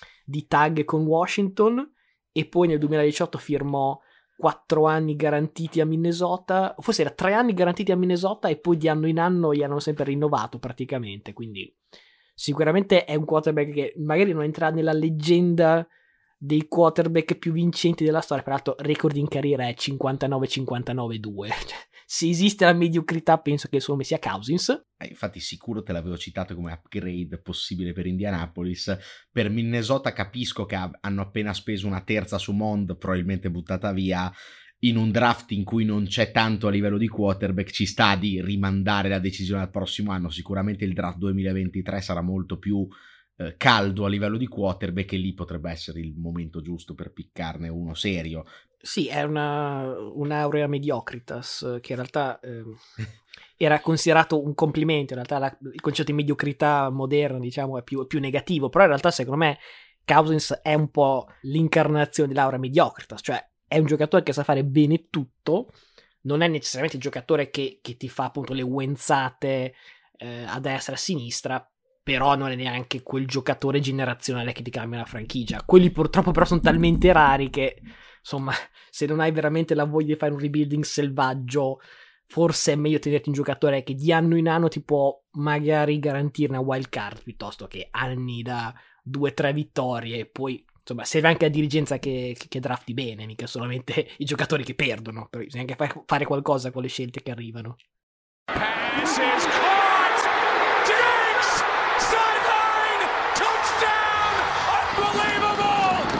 di tag con Washington e poi nel duemiladiciotto firmò quattro anni garantiti a Minnesota, o forse era tre anni garantiti a Minnesota e poi di anno in anno gli hanno sempre rinnovato praticamente, quindi sicuramente è un quarterback che magari non entrerà nella leggenda dei quarterback più vincenti della storia, peraltro record in carriera è cinquantanove cinquantanove due, cioè, se esiste la mediocrità penso che il suo nome sia Cousins. Eh, infatti sicuro te l'avevo citato come upgrade possibile per Indianapolis. Per Minnesota capisco che ha, hanno appena speso una terza su Mond, probabilmente buttata via, in un draft in cui non c'è tanto a livello di quarterback, ci sta di rimandare la decisione al prossimo anno. Sicuramente il draft duemilaventitré sarà molto più eh, caldo a livello di quarterback e lì potrebbe essere il momento giusto per piccarne uno serio. Sì, è una un'aurea mediocritas che in realtà eh, era considerato un complimento. In realtà la, il concetto di mediocrità moderno, diciamo, è più, è più negativo, però in realtà secondo me Cousins è un po' l'incarnazione dell'aurea mediocritas, cioè è un giocatore che sa fare bene tutto, non è necessariamente il giocatore che, che ti fa appunto le wenzate eh, a destra e a sinistra, però non è neanche quel giocatore generazionale che ti cambia la franchigia. Quelli purtroppo però sono talmente rari che, insomma, se non hai veramente la voglia di fare un rebuilding selvaggio, forse è meglio tenerti un giocatore che di anno in anno ti può magari garantire una wild card, piuttosto che anni da due o tre vittorie e poi... Insomma, serve anche la dirigenza che, che drafti bene, mica solamente i giocatori che perdono. Però bisogna anche fare qualcosa con le scelte che arrivano. Passes caught! Diggs! Sideline! Touchdown! Unbelievable!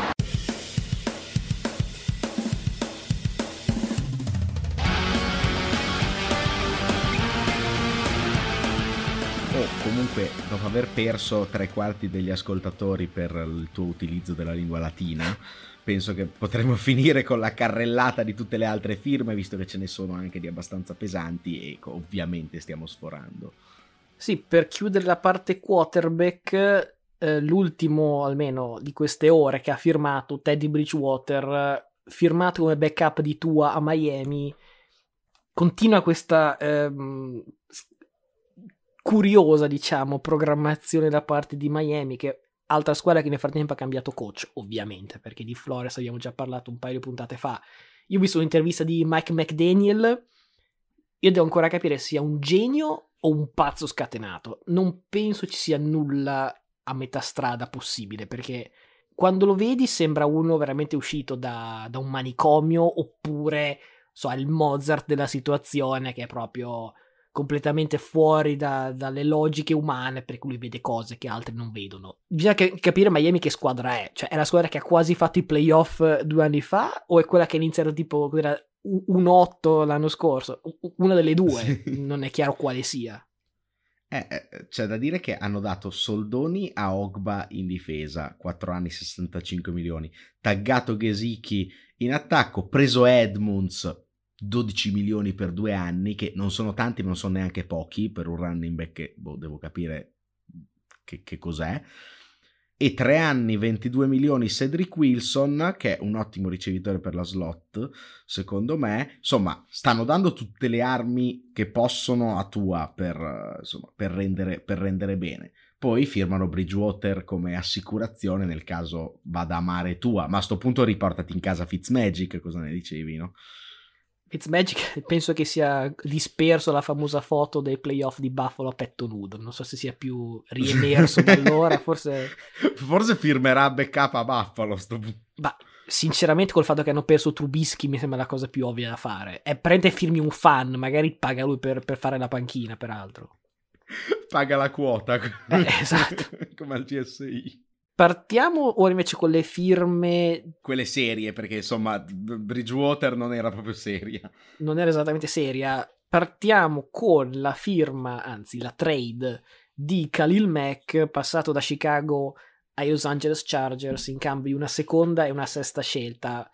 Oh, comunque, dopo aver perso tre quarti degli ascoltatori per il tuo utilizzo della lingua latina, penso che potremmo finire con la carrellata di tutte le altre firme, visto che ce ne sono anche di abbastanza pesanti e ovviamente stiamo sforando. Sì, per chiudere la parte quarterback, eh, l'ultimo almeno di queste ore che ha firmato Teddy Bridgewater, firmato come backup di Tua a Miami, continua questa... Ehm, curiosa, diciamo, programmazione da parte di Miami, che altra squadra che nel frattempo ha cambiato coach, ovviamente, perché di Flores abbiamo già parlato un paio di puntate fa. Io ho visto un'intervista di Mike McDaniel, io devo ancora capire se sia un genio o un pazzo scatenato. Non penso ci sia nulla a metà strada possibile, perché quando lo vedi sembra uno veramente uscito da, da un manicomio, oppure, so, il Mozart della situazione, che è proprio... completamente fuori da, dalle logiche umane, per cui lui vede cose che altri non vedono. Bisogna che, capire Miami che squadra è, cioè è la squadra che ha quasi fatto i playoff due anni fa o è quella che ha iniziato tipo un otto l'anno scorso? Una delle due, sì. Non è chiaro quale sia. Eh, eh, c'è da dire che hanno dato soldoni a Ogba in difesa, quattro anni sessantacinque milioni, taggato Gesicki in attacco, preso Edmunds dodici milioni per due anni, che non sono tanti ma non sono neanche pochi per un running back che boh, devo capire che, che cos'è, e tre anni ventidue milioni Cedric Wilson, che è un ottimo ricevitore per la slot secondo me. Insomma, stanno dando tutte le armi che possono a Tua per, insomma, per, rendere, per rendere bene. Poi firmano Bridgewater come assicurazione nel caso vada a mare Tua, ma a sto punto riportati in casa Fitzmagic, cosa ne dicevi, no? Fitzmagic penso che sia disperso la famosa foto dei playoff di Buffalo a petto nudo, non so se sia più riemerso da allora, forse forse firmerà backup a Buffalo sto punto. Ma sinceramente col fatto che hanno perso Trubisky mi sembra la cosa più ovvia da fare, è prende firmi un fan, magari paga lui per, per fare la panchina peraltro, paga la quota eh, esatto come al G S I. Partiamo ora invece con le firme... Quelle serie, perché insomma Bridgewater non era proprio seria. Non era esattamente seria. Partiamo con la firma, anzi la trade di Khalil Mack, passato da Chicago ai Los Angeles Chargers in cambio di una seconda e una sesta scelta.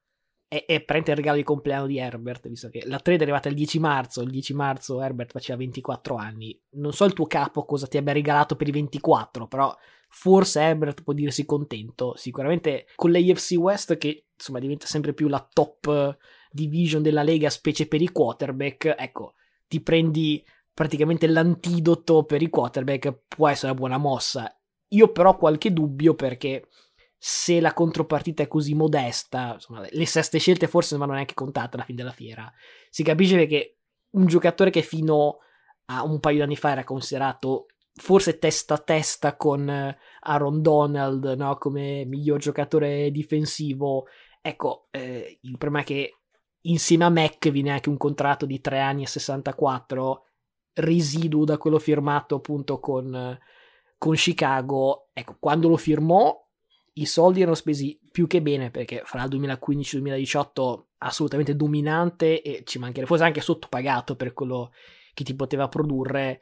E, e prende il regalo di compleanno di Herbert, visto che la trade è arrivata il dieci marzo, il dieci marzo Herbert faceva ventiquattro anni. Non so il tuo capo cosa ti abbia regalato per i ventiquattro, però... forse Herbert può dirsi contento, sicuramente con l'A F C West che insomma diventa sempre più la top division della Lega, specie per i quarterback, ecco, ti prendi praticamente l'antidoto per i quarterback, può essere una buona mossa. Io però ho qualche dubbio, perché se la contropartita è così modesta, insomma, le seste scelte forse non vanno neanche contate alla fine della fiera, si capisce che un giocatore che fino a un paio di anni fa era considerato forse testa a testa con Aaron Donald, no? Come miglior giocatore difensivo, ecco, eh, il problema è che insieme a Mack viene anche un contratto di tre anni e sessantaquattro, residuo da quello firmato appunto con, con Chicago. Ecco, quando lo firmò i soldi erano spesi più che bene, perché fra il duemilaquindici e il duemiladiciotto assolutamente dominante, e ci mancherebbe, forse anche sottopagato per quello che ti poteva produrre.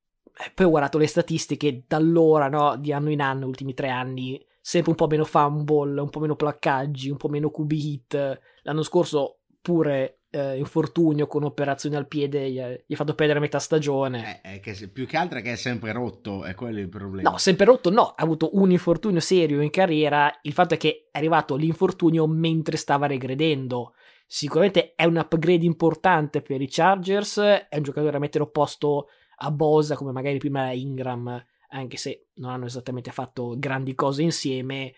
Poi ho guardato le statistiche da allora, no, di anno in anno, ultimi tre anni, sempre un po' meno fumble, un po' meno placcaggi, un po' meno Q B hit. L'anno scorso pure eh, infortunio con operazioni al piede, gli ha, gli ha fatto perdere metà stagione. Eh, è che se, più che altro è che è sempre rotto, è quello il problema. No, sempre rotto no, ha avuto un infortunio serio in carriera, il fatto è che è arrivato l'infortunio mentre stava regredendo. Sicuramente è un upgrade importante per i Chargers, è un giocatore da mettere opposto a Bosa, come magari prima era Ingram, anche se non hanno esattamente fatto grandi cose insieme.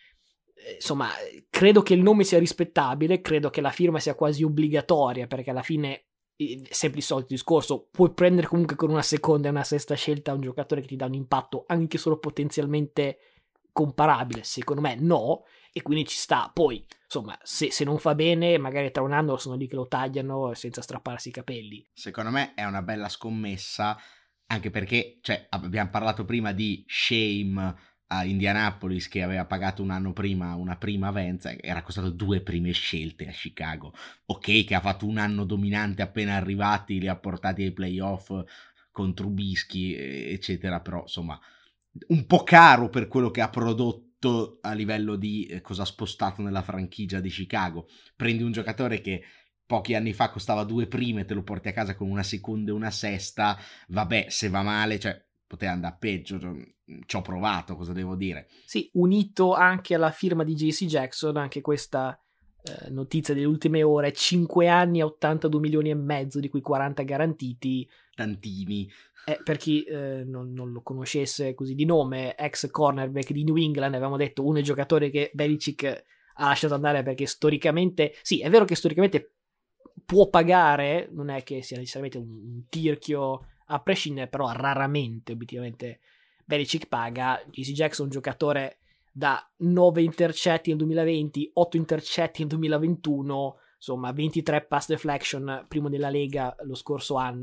Insomma, credo che il nome sia rispettabile, credo che la firma sia quasi obbligatoria, perché alla fine è sempre il solito discorso, puoi prendere comunque con una seconda e una sesta scelta un giocatore che ti dà un impatto anche solo potenzialmente comparabile. Secondo me no, e quindi ci sta. Poi insomma, se, se non fa bene, magari tra un anno sono lì che lo tagliano senza strapparsi i capelli. Secondo me è una bella scommessa, anche perché, cioè, abbiamo parlato prima di Shame a Indianapolis, che aveva pagato un anno prima una prima avenza, era costato due prime scelte a Chicago. Ok, che ha fatto un anno dominante appena arrivati, li ha portati ai playoff con Trubisky, eccetera, però insomma un po' caro per quello che ha prodotto a livello di eh, cosa ha spostato nella franchigia di Chicago. Prendi un giocatore che pochi anni fa costava due prime, te lo porti a casa con una seconda e una sesta, vabbè, se va male, cioè poteva andare peggio, ci ho provato, cosa devo dire. Sì, unito anche alla firma di J C Jackson, anche questa eh, notizia delle ultime ore, cinque anni a ottantadue milioni e mezzo, di cui quaranta garantiti. Tantini. Eh, per chi eh, non, non lo conoscesse così di nome, ex cornerback di New England, avevamo detto uno dei giocatori che Belichick ha lasciato andare perché storicamente, sì, è vero che storicamente può pagare, non è che sia necessariamente un, un tirchio a prescindere, però raramente obiettivamente Belichick paga. J C Jackson, un giocatore da nove intercetti nel duemilaventi, otto intercetti nel duemilaventuno, insomma ventitré pass deflection, primo della Lega lo scorso anno,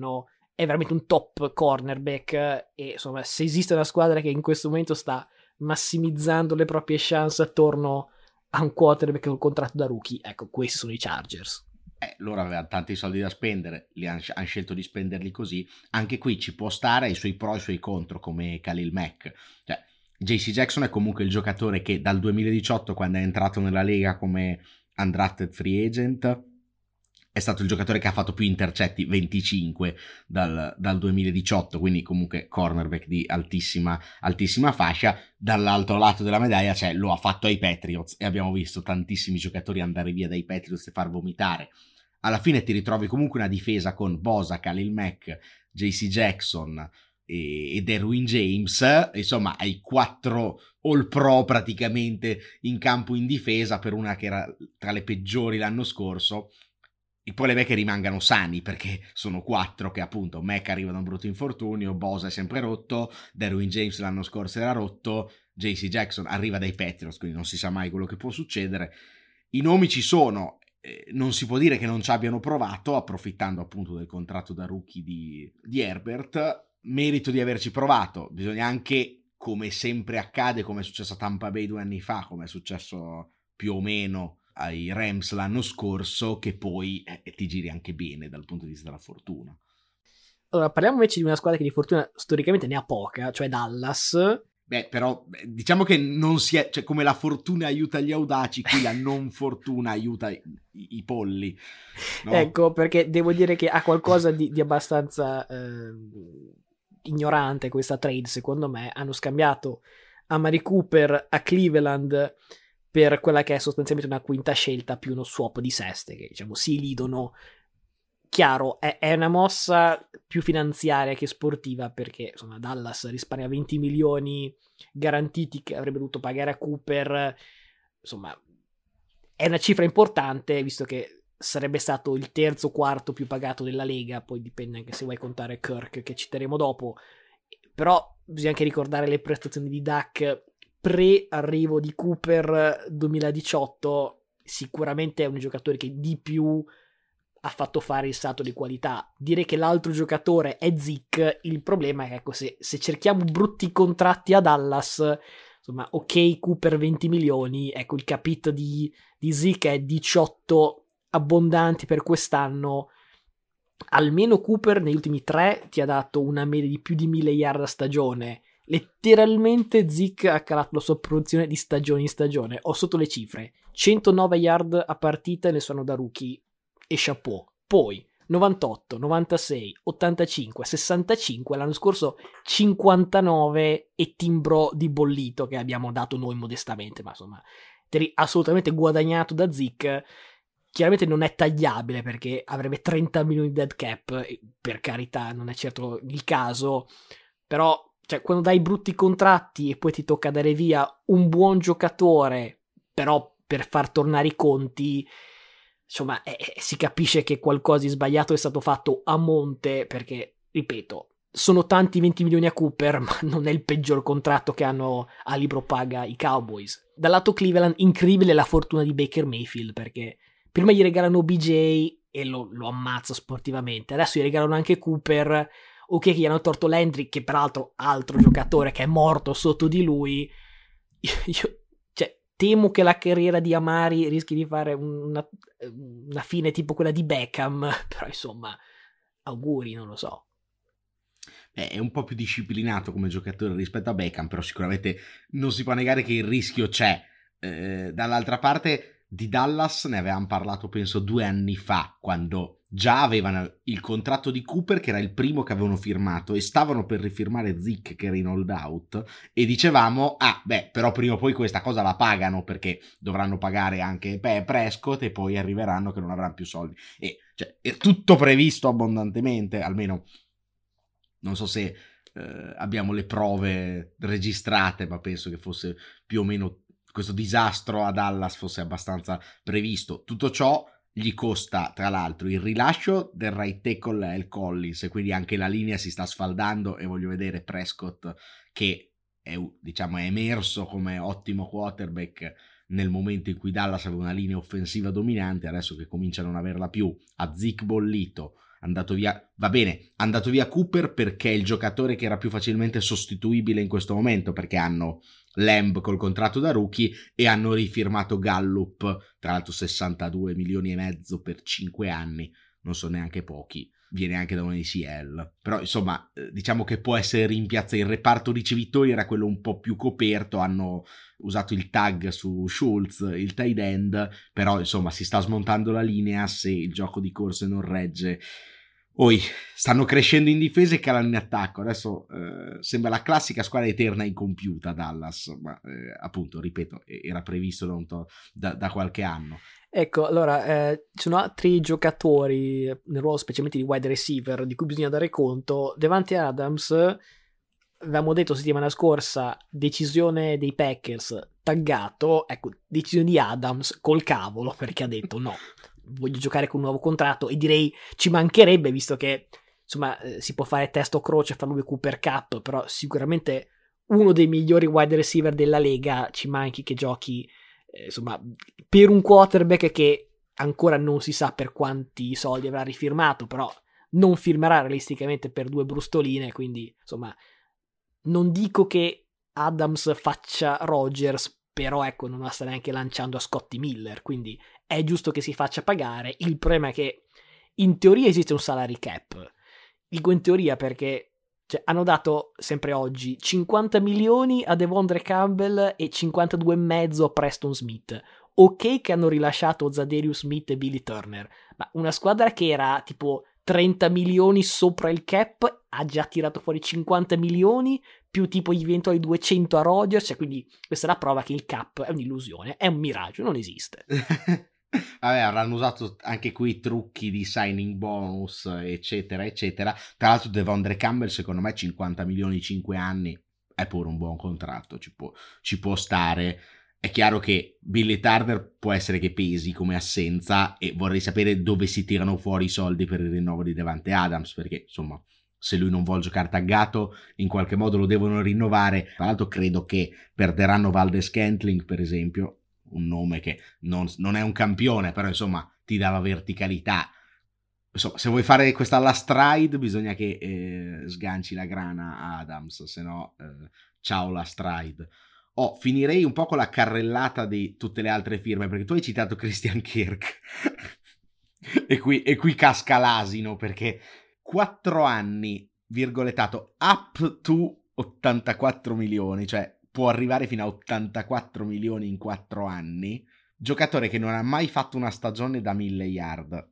è veramente un top cornerback e insomma se esiste una squadra che in questo momento sta massimizzando le proprie chance attorno a un quarterback con un contratto da rookie, ecco, questi sono i Chargers. Eh, loro avevano tanti soldi da spendere, li hanno han scelto di spenderli così. Anche qui ci può stare i suoi pro e i suoi contro, come Khalil Mack. Cioè, J C Jackson è comunque il giocatore che dal duemiladiciotto, quando è entrato nella Lega come undrafted free agent, è stato il giocatore che ha fatto più intercetti, venticinque dal, dal duemiladiciotto, quindi comunque cornerback di altissima, altissima fascia. Dall'altro lato della medaglia, cioè, lo ha fatto ai Patriots e abbiamo visto tantissimi giocatori andare via dai Patriots e far vomitare. Alla fine ti ritrovi comunque una difesa con Bosa, Khalil Mack, J C Jackson e, e Derwin James, insomma hai quattro all pro praticamente in campo in difesa per una che era tra le peggiori l'anno scorso. Il problema è che rimangano sani, perché sono quattro che appunto Mack arriva da un brutto infortunio, Bosa è sempre rotto, Derwin James l'anno scorso era rotto, J C Jackson arriva dai Patriots, quindi non si sa mai quello che può succedere. I nomi ci sono, eh, non si può dire che non ci abbiano provato, approfittando appunto del contratto da rookie di, di Herbert. Merito di averci provato, bisogna anche, come sempre accade, come è successo a Tampa Bay due anni fa, come è successo più o meno ai Rams l'anno scorso, che poi eh, ti giri anche bene dal punto di vista della fortuna. Allora, parliamo invece di una squadra che di fortuna storicamente ne ha poca, cioè Dallas. Beh, però diciamo che non si è, cioè, come la fortuna aiuta gli audaci, qui la non fortuna aiuta i, i polli, no? Ecco, perché devo dire che ha qualcosa di, di abbastanza eh, ignorante questa trade, secondo me. Hanno scambiato Amari Cooper a Cleveland per quella che è sostanzialmente una quinta scelta più uno swap di seste, che diciamo si elidono. Chiaro, è, è una mossa più finanziaria che sportiva, perché insomma Dallas risparmia venti milioni garantiti che avrebbe dovuto pagare a Cooper. Insomma, è una cifra importante, visto che sarebbe stato il terzo o quarto più pagato della Lega, poi dipende anche se vuoi contare Kirk, che citeremo dopo. Però bisogna anche ricordare le prestazioni di Dak pre-arrivo di Cooper duemiladiciotto. Sicuramente è un giocatore che di più ha fatto fare il salto di qualità. Dire che l'altro giocatore è Zeke, il problema è che ecco, se, se cerchiamo brutti contratti a Dallas, insomma, ok, Cooper venti milioni, ecco, il capitolo di, di Zeke è diciotto abbondanti per quest'anno. Almeno Cooper negli ultimi tre ti ha dato una media di più di mille yard a stagione. Letteralmente Zeke ha calato la sua produzione di stagione in stagione. Ho sotto le cifre: centonove yard a partita nel suo anno da rookie, e chapeau. Poi novantotto, novantasei, ottantacinque, sessantacinque, l'anno scorso cinquantanove e timbro di bollito che abbiamo dato noi modestamente, ma insomma assolutamente guadagnato da Zeke. Chiaramente non è tagliabile perché avrebbe trenta milioni di dead cap, per carità non è certo il caso, però cioè, quando dai brutti contratti e poi ti tocca dare via un buon giocatore però per far tornare i conti, insomma, eh, si capisce che qualcosa di sbagliato è stato fatto a monte, perché, ripeto, sono tanti venti milioni a Cooper, ma non è il peggior contratto che hanno a libro paga i Cowboys. Dal lato Cleveland, incredibile la fortuna di Baker Mayfield, perché prima gli regalano B J e lo, lo ammazza sportivamente, adesso gli regalano anche Cooper, ok che gli hanno torto Landry, che peraltro altro giocatore che è morto sotto di lui. Io, io temo che la carriera di Amari rischi di fare una, una fine tipo quella di Beckham, però insomma, auguri, non lo so. È un po' più disciplinato come giocatore rispetto a Beckham, però sicuramente non si può negare che il rischio c'è. Eh, dall'altra parte di Dallas ne avevamo parlato penso due anni fa, quando già avevano il contratto di Cooper, che era il primo che avevano firmato, e stavano per rifirmare Zeke, che era in hold out, e dicevamo, ah beh, però prima o poi questa cosa la pagano, perché dovranno pagare anche beh, Prescott, e poi arriveranno che non avranno più soldi. E cioè, è tutto previsto abbondantemente, almeno non so se eh, abbiamo le prove registrate, ma penso che fosse più o meno questo disastro a Dallas fosse abbastanza previsto. Tutto ciò gli costa tra l'altro il rilascio del right tackle Al Collins, e quindi anche la linea si sta sfaldando, e voglio vedere Prescott, che è, diciamo, è emerso come ottimo quarterback nel momento in cui Dallas aveva una linea offensiva dominante, adesso che comincia a non averla più, a Zeke bollito, andato via, va bene, è andato via Cooper perché è il giocatore che era più facilmente sostituibile in questo momento, perché hanno Lamb col contratto da rookie e hanno rifirmato Gallup, tra l'altro sessantadue milioni e mezzo per cinque anni, non sono neanche pochi, viene anche da una A C L, però insomma diciamo che può essere rimpiazzato. Il reparto ricevitori era quello un po' più coperto, hanno usato il tag su Schultz, il tight end, però insomma si sta smontando la linea, se il gioco di corse non regge. Poi stanno crescendo in difesa e calano in attacco. Adesso eh, sembra la classica squadra eterna incompiuta Dallas, ma eh, appunto, ripeto, era previsto da, un to- da, da qualche anno. Ecco, allora, eh, ci sono altri giocatori nel ruolo specialmente di wide receiver di cui bisogna dare conto. Davante Adams, avevamo detto settimana scorsa, decisione dei Packers, taggato, ecco, decisione di Adams col cavolo, perché ha detto no, voglio giocare con un nuovo contratto, e direi ci mancherebbe, visto che insomma eh, si può fare testo croce, fare lui Cooper Cup, però sicuramente uno dei migliori wide receiver della Lega, ci manchi che giochi eh, insomma per un quarterback che ancora non si sa per quanti soldi avrà rifirmato, però non firmerà realisticamente per due brustoline, quindi insomma non dico che Adams faccia Rodgers, però ecco, non la sta neanche lanciando a Scotty Miller, quindi è giusto che si faccia pagare. Il problema è che in teoria esiste un salary cap, dico in teoria perché cioè, hanno dato sempre oggi cinquanta milioni a Devondre Campbell e cinquantadue e mezzo a Preston Smith. Ok che hanno rilasciato Zadarius Smith e Billy Turner, ma una squadra che era tipo trenta milioni sopra il cap ha già tirato fuori cinquanta milioni più tipo gli eventuali duecento a Rodgers, cioè, quindi questa è la prova che il cap è un'illusione, è un miraggio, non esiste. Vabbè, avranno usato anche qui trucchi di signing bonus, eccetera, eccetera. Tra l'altro Devondre Campbell, secondo me, cinquanta milioni cinque anni è pure un buon contratto, ci può, ci può stare. È chiaro che Billy Turner può essere che pesi come assenza, e vorrei sapere dove si tirano fuori i soldi per il rinnovo di Davante Adams, perché insomma, se lui non vuole giocare taggato, in qualche modo lo devono rinnovare. Tra l'altro credo che perderanno Valdes-Scantling, per esempio, un nome che non, non è un campione, però insomma ti dava verticalità. Insomma, se vuoi fare questa alla stride bisogna che eh, sganci la grana a Adams, se no eh, ciao la stride. Oh, finirei un po' con la carrellata di tutte le altre firme, perché tu hai citato Christian Kirk e, qui, e qui casca l'asino, perché quattro anni, virgolettato, up to ottantaquattro milioni, cioè può arrivare fino a ottantaquattro milioni in quattro anni, giocatore che non ha mai fatto una stagione da mille yard,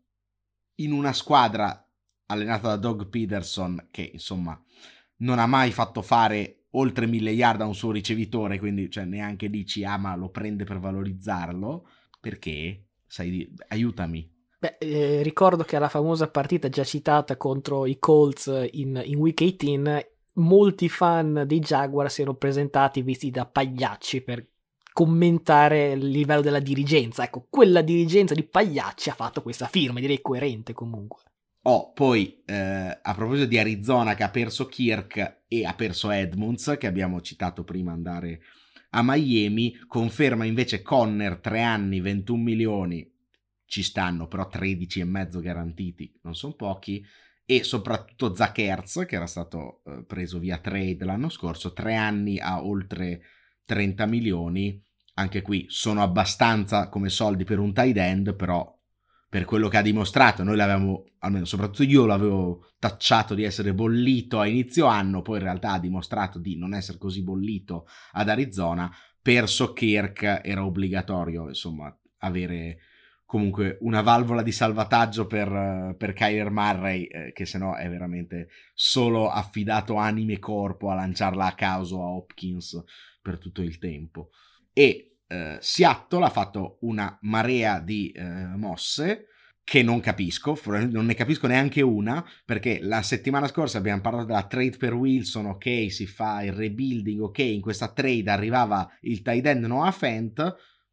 in una squadra allenata da Doug Peterson, che insomma non ha mai fatto fare oltre mille yard a un suo ricevitore, quindi cioè, neanche dici ah ma lo prende per valorizzarlo, perché? Sai, aiutami. Beh, eh, ricordo che alla famosa partita già citata contro i Colts in, in Week diciotto, molti fan dei Jaguar si erano presentati vestiti da pagliacci per commentare il livello della dirigenza. Ecco, quella dirigenza di pagliacci ha fatto questa firma, direi coerente comunque. Oh, poi eh, a proposito di Arizona che ha perso Kirk e ha perso Edmunds, che abbiamo citato prima andare a Miami, conferma invece Conner tre anni, ventuno milioni, ci stanno però tredici e mezzo garantiti, non sono pochi, e soprattutto Zach Ertz, che era stato eh, preso via trade l'anno scorso, tre anni a oltre trenta milioni. Anche qui sono abbastanza come soldi per un tight end, però per quello che ha dimostrato, noi l'avevamo, almeno soprattutto io l'avevo tacciato di essere bollito a inizio anno, poi in realtà ha dimostrato di non essere così bollito ad Arizona. Perso Kirk, era obbligatorio insomma avere comunque una valvola di salvataggio per, per Kyler Murray, eh, che sennò è veramente solo affidato anima e corpo a lanciarla a caso a Hopkins per tutto il tempo. E Uh, Seattle ha fatto una marea di uh, mosse che non capisco, non ne capisco neanche una, perché la settimana scorsa abbiamo parlato della trade per Wilson, ok, si fa il rebuilding, ok, in questa trade arrivava il tight end Noah Fant,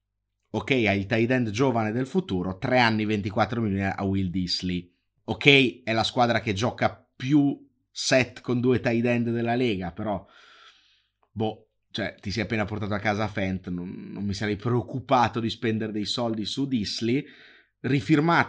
ok, hai il tight end giovane del futuro, tre anni ventiquattro milioni a Will Dissly, ok, è la squadra che gioca più set con due tight end della Lega, però boh, cioè ti sei appena portato a casa Fant, non, non mi sarei preoccupato di spendere dei soldi su Dissly. Rifirmato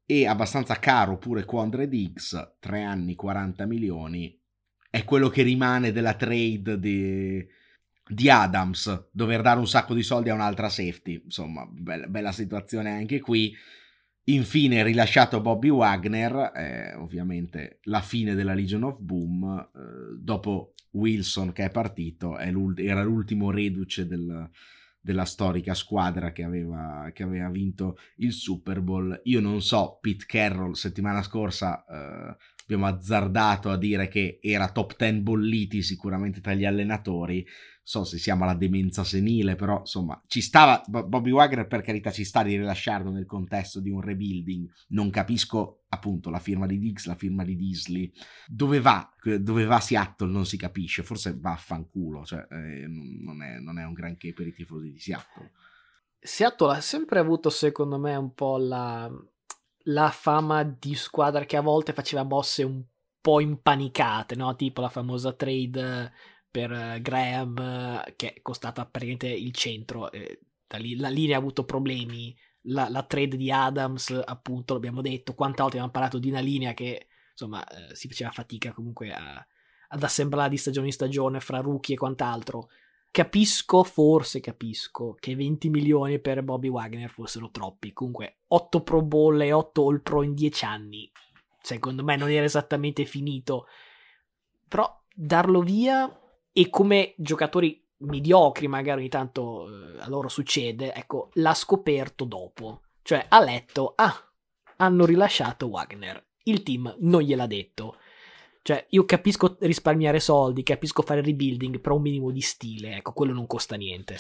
e abbastanza caro pure Quandre Diggs, tre anni, quaranta milioni, è quello che rimane della trade di, di Adams, dover dare un sacco di soldi a un'altra safety, insomma, bella, bella situazione anche qui. Infine rilasciato Bobby Wagner, eh, ovviamente la fine della Legion of Boom, eh, dopo Wilson che è partito, è l'ult- era l'ultimo reduce del, della storica squadra che aveva, che aveva vinto il Super Bowl. Io non so, Pete Carroll settimana scorsa eh, abbiamo azzardato a dire che era top dieci bolliti sicuramente tra gli allenatori. So se siamo alla demenza senile, però insomma ci stava Bobby Wagner, per carità, ci sta di rilasciarlo nel contesto di un rebuilding. Non capisco appunto la firma di Diggs, la firma di Disley, dove va dove va Seattle non si capisce, forse va a fanculo, cioè eh, non, è, non è un granché per i tifosi di Seattle. Seattle ha sempre avuto secondo me un po' la, la fama di squadra che a volte faceva mosse un po' impanicate, no? Tipo la famosa trade per Graham che è costata praticamente il centro, eh, da lì, la linea ha avuto problemi, la, la trade di Adams appunto l'abbiamo detto, quante volte abbiamo parlato di una linea che insomma eh, si faceva fatica comunque a, ad assemblare di stagione in stagione fra rookie e quant'altro. Capisco, forse capisco che venti milioni per Bobby Wagner fossero troppi, comunque otto Pro Bowl e otto All Pro in dieci anni secondo me non era esattamente finito, però darlo via. E come giocatori mediocri magari ogni tanto eh, a loro succede, ecco, l'ha scoperto dopo, cioè ha letto, ah, hanno rilasciato Wagner, il team non gliel'ha detto, cioè io capisco risparmiare soldi, capisco fare rebuilding, però un minimo di stile, ecco, quello non costa niente.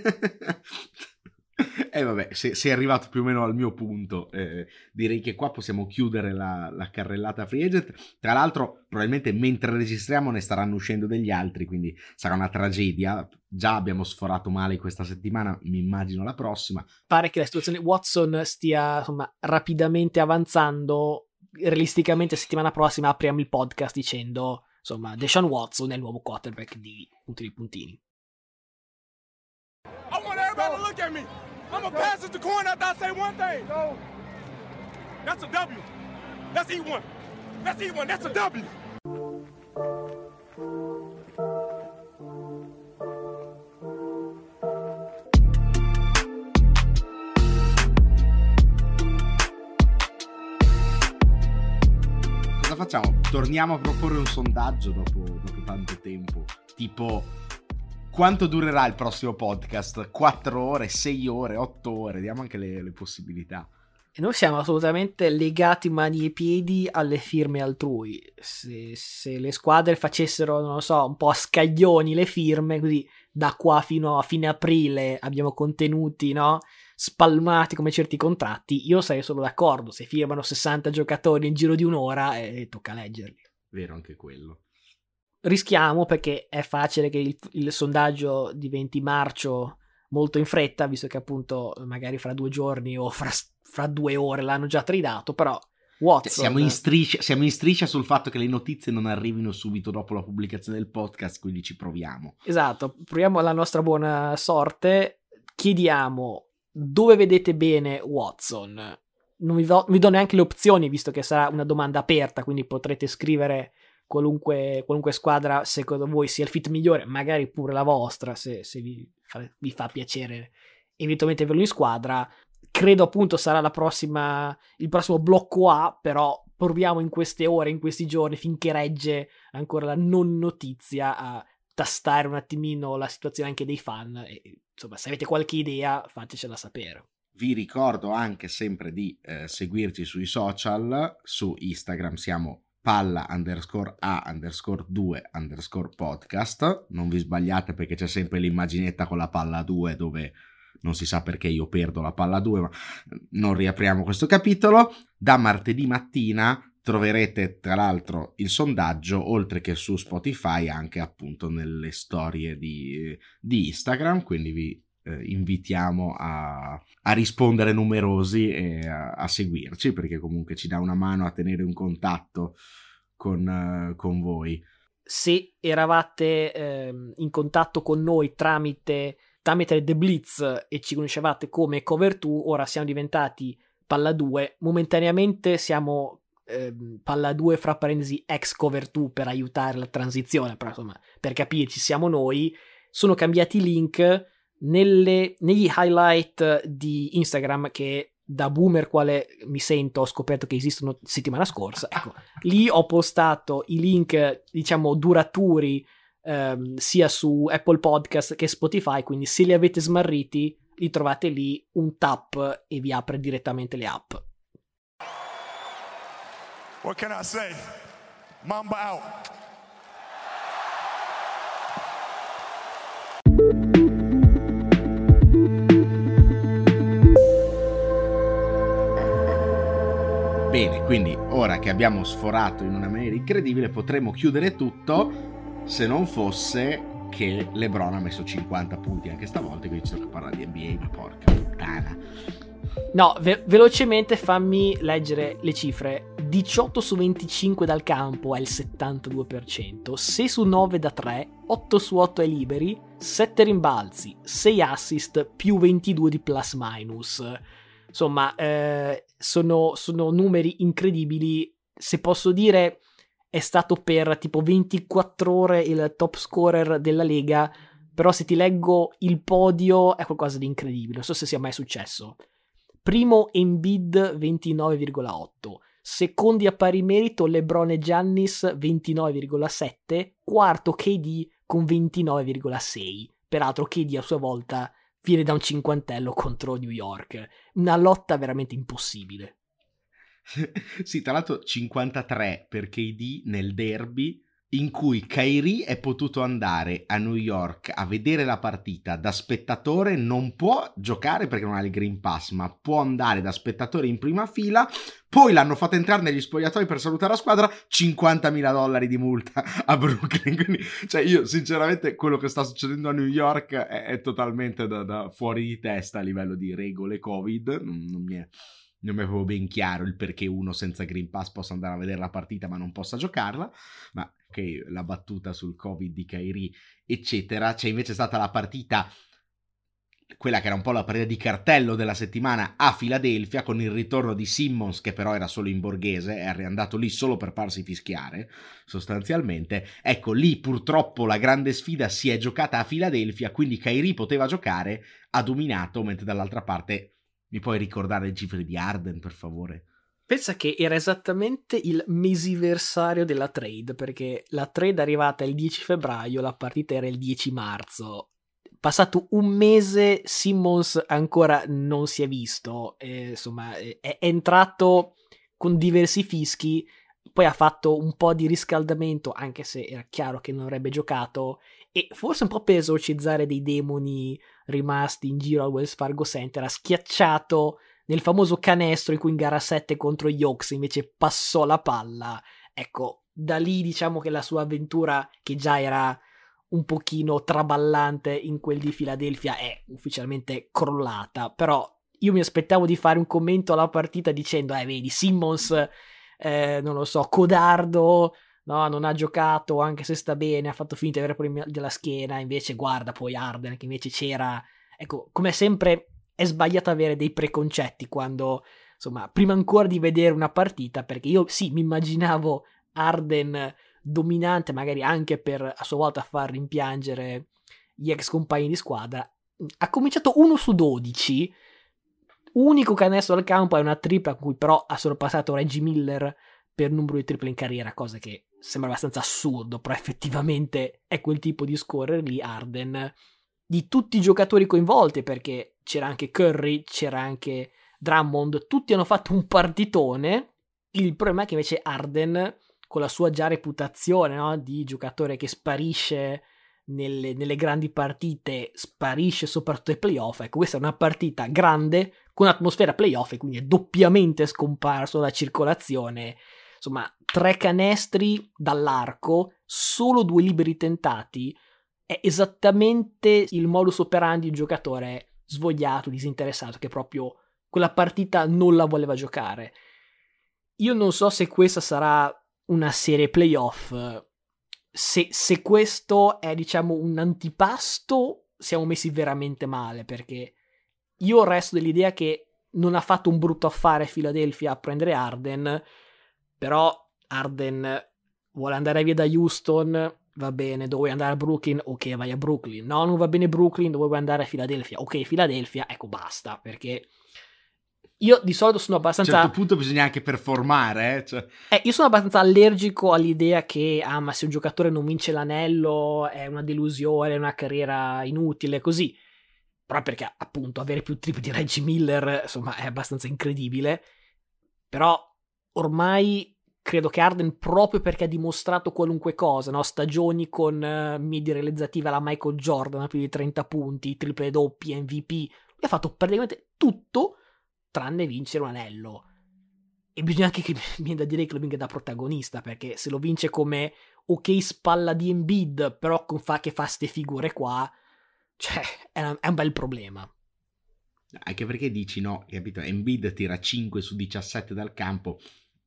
E eh vabbè, se, sei arrivato più o meno al mio punto, eh, direi che qua possiamo chiudere la, la carrellata free agent. Tra l'altro probabilmente mentre registriamo ne staranno uscendo degli altri, quindi sarà una tragedia. Già abbiamo sforato male questa settimana, mi immagino la prossima. Pare che la situazione Watson stia insomma rapidamente avanzando. Realisticamente settimana prossima apriamo il podcast dicendo insomma Deshaun Watson è il nuovo quarterback di puntini puntini. I want everybody to look at me. I'm gonna pass it to corn after I say one thing. No. That's a W. Let's eat one. Let's eat one. That's a W. Cosa facciamo? Torniamo a proporre un sondaggio dopo, dopo tanto tempo. Tipo, quanto durerà il prossimo podcast? quattro ore, sei ore, otto ore? Diamo anche le, le possibilità. E noi siamo assolutamente legati mani e piedi alle firme altrui. Se, se le squadre facessero, non lo so, un po' a scaglioni le firme, così da qua fino a fine aprile abbiamo contenuti, no? Spalmati come certi contratti, io sarei solo d'accordo. Se firmano sessanta giocatori in giro di un'ora, eh, tocca leggerli. Vero anche quello. Rischiamo, perché è facile che il, il sondaggio diventi marcio molto in fretta, visto che appunto magari fra due giorni o fra, fra due ore l'hanno già tradato, però Watson... Cioè, siamo in striscia, siamo in striscia sul fatto che le notizie non arrivino subito dopo la pubblicazione del podcast, quindi ci proviamo. Esatto, proviamo la nostra buona sorte, chiediamo dove vedete bene Watson. Non vi, do, non vi do neanche le opzioni, visto che sarà una domanda aperta, quindi potrete scrivere qualunque, qualunque squadra secondo voi sia il fit migliore, magari pure la vostra, se, se vi, fa, vi fa piacere eventualmente averlo in squadra. Credo appunto sarà la prossima, il prossimo blocco A, però proviamo in queste ore, in questi giorni, finché regge ancora la non notizia, a tastare un attimino la situazione anche dei fan, e insomma se avete qualche idea fatecela sapere. Vi ricordo anche sempre di eh, seguirci sui social. Su Instagram siamo palla underscore a underscore due underscore podcast. Non vi sbagliate, perché c'è sempre l'immaginetta con la palla due dove non si sa perché io perdo la palla due, ma non riapriamo questo capitolo. Da martedì mattina troverete tra l'altro il sondaggio, oltre che su Spotify anche appunto nelle storie di, di Instagram, quindi vi eh, invitiamo a, a rispondere numerosi e a, a seguirci, perché comunque ci dà una mano a tenere un contatto con, uh, con voi. Se eravate eh, in contatto con noi tramite tramite The Blitz e ci conoscevate come Cover due, ora siamo diventati Palla due, momentaneamente siamo eh, Palla due fra parentesi ex Cover due per aiutare la transizione, però insomma per capirci siamo noi. Sono cambiati i link nelle, negli highlight di Instagram che da boomer quale mi sento ho scoperto che esistono settimana scorsa. Ecco, lì ho postato i link diciamo duraturi ehm, sia su Apple Podcast che Spotify, quindi se li avete smarriti li trovate lì, un tap e vi apre direttamente le app. What can I say? Mamba out. Bene, quindi ora che abbiamo sforato in una maniera incredibile potremmo chiudere tutto se non fosse che LeBron ha messo cinquanta punti anche stavolta, quindi ci tocca parlare di N B A, ma porca puttana. No, ve- velocemente fammi leggere le cifre. diciotto su venticinque dal campo è il settantadue per cento, sei su nove da tre, otto su otto ai liberi, sette rimbalzi, sei assist più ventidue di plus minus. Insomma, eh, sono, sono numeri incredibili. Se posso dire, è stato per tipo ventiquattro ore il top scorer della Lega, però se ti leggo il podio è qualcosa di incredibile, non so se sia mai successo. Primo Embiid ventinove virgola otto, secondi a pari merito LeBron e Giannis ventinove virgola sette, quarto K D con ventinove virgola sei. Peraltro K D a sua volta viene da un cinquantello contro New York, una lotta veramente impossibile. Sì, tra l'altro cinquantatré per K D nel derby in cui Kyrie è potuto andare a New York a vedere la partita da spettatore, non può giocare perché non ha il Green Pass, ma può andare da spettatore in prima fila, poi l'hanno fatto entrare negli spogliatoi per salutare la squadra, cinquantamila dollari di multa a Brooklyn. Quindi, cioè io sinceramente quello che sta succedendo a New York è, è totalmente da, da fuori di testa a livello di regole Covid, non, non mi è... Non mi è proprio ben chiaro il perché uno senza Green Pass possa andare a vedere la partita ma non possa giocarla, ma ok, la battuta sul Covid di Kyrie eccetera. C'è invece stata la partita, quella che era un po' la partita di cartello della settimana a Filadelfia, con il ritorno di Simmons, che però era solo in borghese, è andato lì solo per farsi fischiare sostanzialmente. Ecco, lì purtroppo la grande sfida si è giocata a Filadelfia, quindi Kyrie poteva giocare, ha dominato, mentre dall'altra parte... Mi puoi ricordare le cifre di Harden, per favore? Pensa che era esattamente il mesiversario della trade, perché la trade è arrivata il dieci febbraio, la partita era il dieci marzo. Passato un mese, Simmons ancora non si è visto, e, insomma è, è entrato con diversi fischi, poi ha fatto un po' di riscaldamento, anche se era chiaro che non avrebbe giocato, e forse un po' per esorcizzare dei demoni rimasti in giro al Wells Fargo Center ha schiacciato nel famoso canestro in cui in gara sette contro gli Hawks invece passò la palla. Ecco, da lì diciamo che la sua avventura, che già era un pochino traballante in quel di Philadelphia, è ufficialmente crollata. Però io mi aspettavo di fare un commento alla partita dicendo eh vedi Simmons eh, non lo so, codardo, no, non ha giocato anche se sta bene, ha fatto finta di avere problemi della schiena, invece guarda poi Harden che invece c'era. Ecco, come sempre è sbagliato avere dei preconcetti quando, insomma, prima ancora di vedere una partita, perché io sì, mi immaginavo Harden dominante, magari anche per a sua volta far rimpiangere gli ex compagni di squadra. Ha cominciato uno su dodici, unico canestro al campo è una tripla con cui però ha sorpassato Reggie Miller per numero di triple in carriera, cosa che sembra abbastanza assurdo, però effettivamente è quel tipo di scorer lì Harden. Di tutti i giocatori coinvolti, perché c'era anche Curry, c'era anche Drummond, tutti hanno fatto un partitone. Il problema è che invece Harden, con la sua già reputazione, no, di giocatore che sparisce nelle, nelle grandi partite, sparisce soprattutto ai playoff. Ecco, questa è una partita grande con atmosfera playoff e quindi è doppiamente scomparso la circolazione. Insomma, tre canestri dall'arco, solo due liberi tentati, è esattamente il modus operandi di un giocatore svogliato, disinteressato, che proprio quella partita non la voleva giocare. Io non so se questa sarà una serie playoff, se, se questo è diciamo un antipasto siamo messi veramente male, perché io resto dell'idea che non ha fatto un brutto affare Philadelphia a prendere Harden, però Harden vuole andare via da Houston, va bene, dove vuoi andare a Brooklyn? Ok, vai a Brooklyn. No, non va bene Brooklyn, dove vuoi andare a Philadelphia? Ok, Philadelphia, ecco, basta, perché io di solito sono A un abbastanza... certo punto bisogna anche performare, eh? Cioè... Eh, io sono abbastanza allergico all'idea che, ah, ma se un giocatore non vince l'anello è una delusione, è una carriera inutile, così. Però perché, appunto, avere più tripli di Reggie Miller, insomma, è abbastanza incredibile. Però, ormai, credo che Harden, proprio perché ha dimostrato qualunque cosa, no? Stagioni con uh, medie realizzative alla Michael Jordan, a più di trenta punti, triple doppie, M V P, lui ha fatto praticamente tutto tranne vincere un anello. E bisogna anche che viene da dire che lo vinca da protagonista, perché se lo vince come ok spalla di Embiid, però con fa che fa ste figure qua, cioè è, una, è un bel problema. Anche perché dici no, capito? Embiid tira cinque su diciassette dal campo,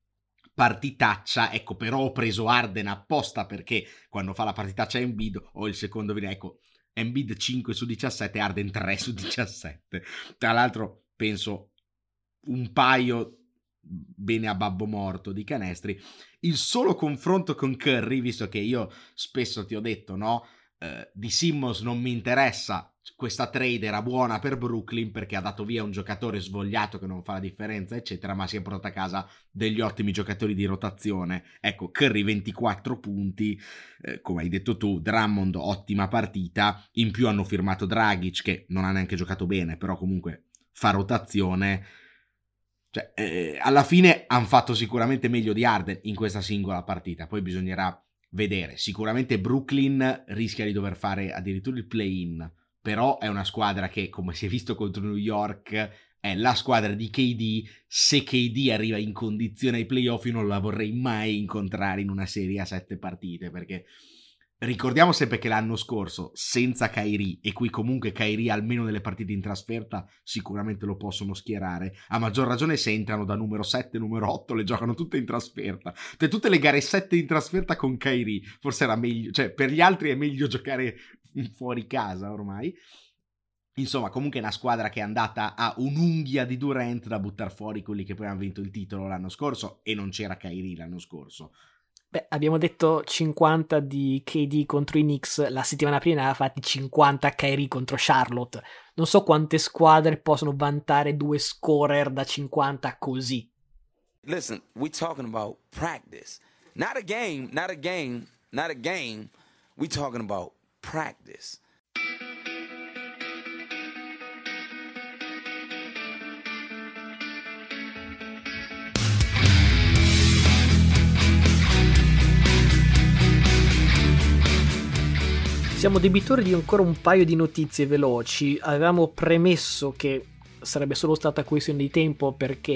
partitaccia, ecco, però ho preso Harden apposta perché quando fa la partitaccia Embiid ho il secondo video, ecco, Embiid cinque su diciassette, Harden tre su diciassette. Tra l'altro penso un paio bene a babbo morto di canestri. Il solo confronto con Curry, visto che io spesso ti ho detto no, eh, di Simmons non mi interessa, questa trade era buona per Brooklyn perché ha dato via un giocatore svogliato che non fa la differenza eccetera, ma si è portato a casa degli ottimi giocatori di rotazione. Ecco, Curry ventiquattro punti, eh, come hai detto tu, Drummond ottima partita, in più hanno firmato Dragic che non ha neanche giocato bene, però comunque fa rotazione. Cioè, eh, alla fine hanno fatto sicuramente meglio di Harden in questa singola partita, poi bisognerà vedere. Sicuramente Brooklyn rischia di dover fare addirittura il play-in, però è una squadra che, come si è visto contro New York, è la squadra di K D. Se K D arriva in condizione ai playoff, io non la vorrei mai incontrare in una serie a sette partite, perché ricordiamo sempre che l'anno scorso senza Kyrie, e qui comunque Kyrie almeno nelle partite in trasferta sicuramente lo possono schierare, a maggior ragione se entrano da numero sette, numero otto, le giocano tutte in trasferta, cioè tutte le gare sette in trasferta con Kyrie, forse era meglio, cioè per gli altri è meglio giocare fuori casa ormai. Insomma, comunque è una squadra che è andata a un'unghia di Durant da buttare fuori quelli che poi hanno vinto il titolo l'anno scorso, e non c'era Kyrie l'anno scorso. Beh, abbiamo detto cinquanta di K D contro i Knicks, la settimana prima ha fatti cinquanta Kyrie contro Charlotte. Non so quante squadre possono vantare due scorer da cinquanta così. Listen, we talking about practice. Not a game, not a game, not a game. We talking about practice. Siamo debitori di ancora un paio di notizie veloci. Avevamo premesso che sarebbe solo stata questione di tempo perché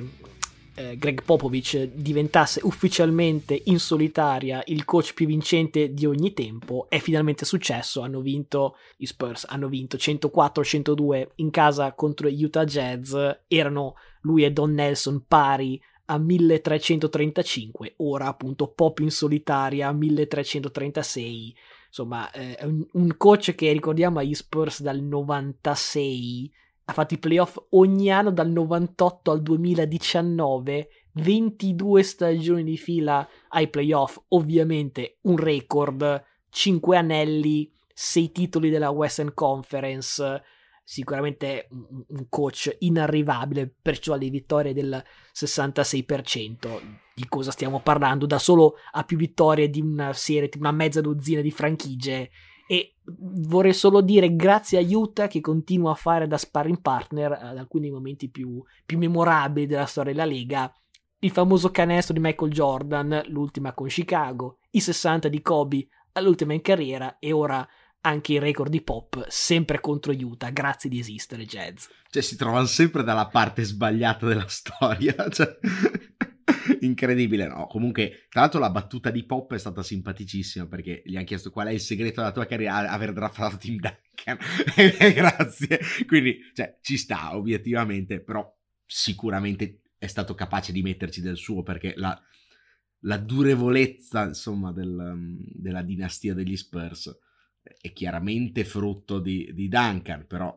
eh, Greg Popovich diventasse ufficialmente in solitaria il coach più vincente di ogni tempo. È finalmente successo, hanno vinto gli Spurs, hanno vinto centoquattro a centodue in casa contro gli Utah Jazz, erano lui e Don Nelson pari a milletrecentotrentacinque, ora appunto Pop in solitaria a milletrecentotrentasei. Insomma, eh, è un, un coach che ricordiamo agli Spurs dal novantasei, ha fatto i playoff ogni anno dal novantotto al duemiladiciannove, ventidue stagioni di fila ai playoff, ovviamente un record, cinque anelli, sei titoli della Western Conference, sicuramente un, un coach inarrivabile, perciò le vittorie del sessantasei per cento. Di cosa stiamo parlando? Da solo a più vittorie di una serie, di una mezza dozzina di franchigie. E vorrei solo dire grazie a Utah che continua a fare da sparring partner ad alcuni dei momenti più, più memorabili della storia della Lega. Il famoso canestro di Michael Jordan, l'ultima con Chicago, i sessanta di Kobe all'ultima in carriera, e ora anche il record di Pop sempre contro Utah. Grazie di esistere, Jazz. Cioè si trovano sempre dalla parte sbagliata della storia, cioè incredibile. No, comunque tra l'altro la battuta di Pop è stata simpaticissima perché gli hanno chiesto qual è il segreto della tua carriera, aver draftato Tim Duncan. Grazie. Quindi cioè ci sta obiettivamente, però sicuramente è stato capace di metterci del suo, perché la, la durevolezza insomma del, della dinastia degli Spurs è chiaramente frutto di, di Duncan, però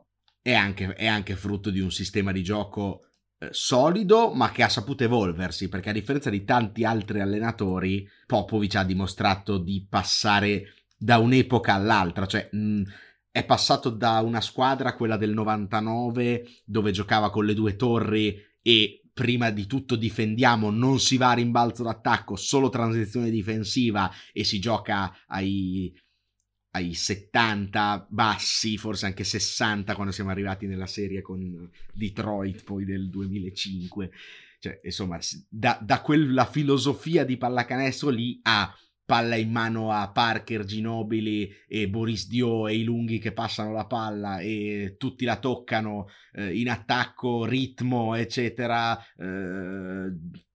è anche, è anche frutto di un sistema di gioco eh, solido, ma che ha saputo evolversi, perché a differenza di tanti altri allenatori, Popovic ha dimostrato di passare da un'epoca all'altra, cioè mh, è passato da una squadra, quella del novantanove, dove giocava con le due torri e prima di tutto difendiamo, non si va a rimbalzo d'attacco, solo transizione difensiva e si gioca ai, ai settanta bassi, forse anche sessanta quando siamo arrivati nella serie con Detroit poi del duemilacinque. Cioè, insomma, da, da quella filosofia di pallacanestro lì a palla in mano a Parker, Ginobili e Boris Dio e i lunghi che passano la palla e tutti la toccano, eh, in attacco, ritmo, eccetera, eh,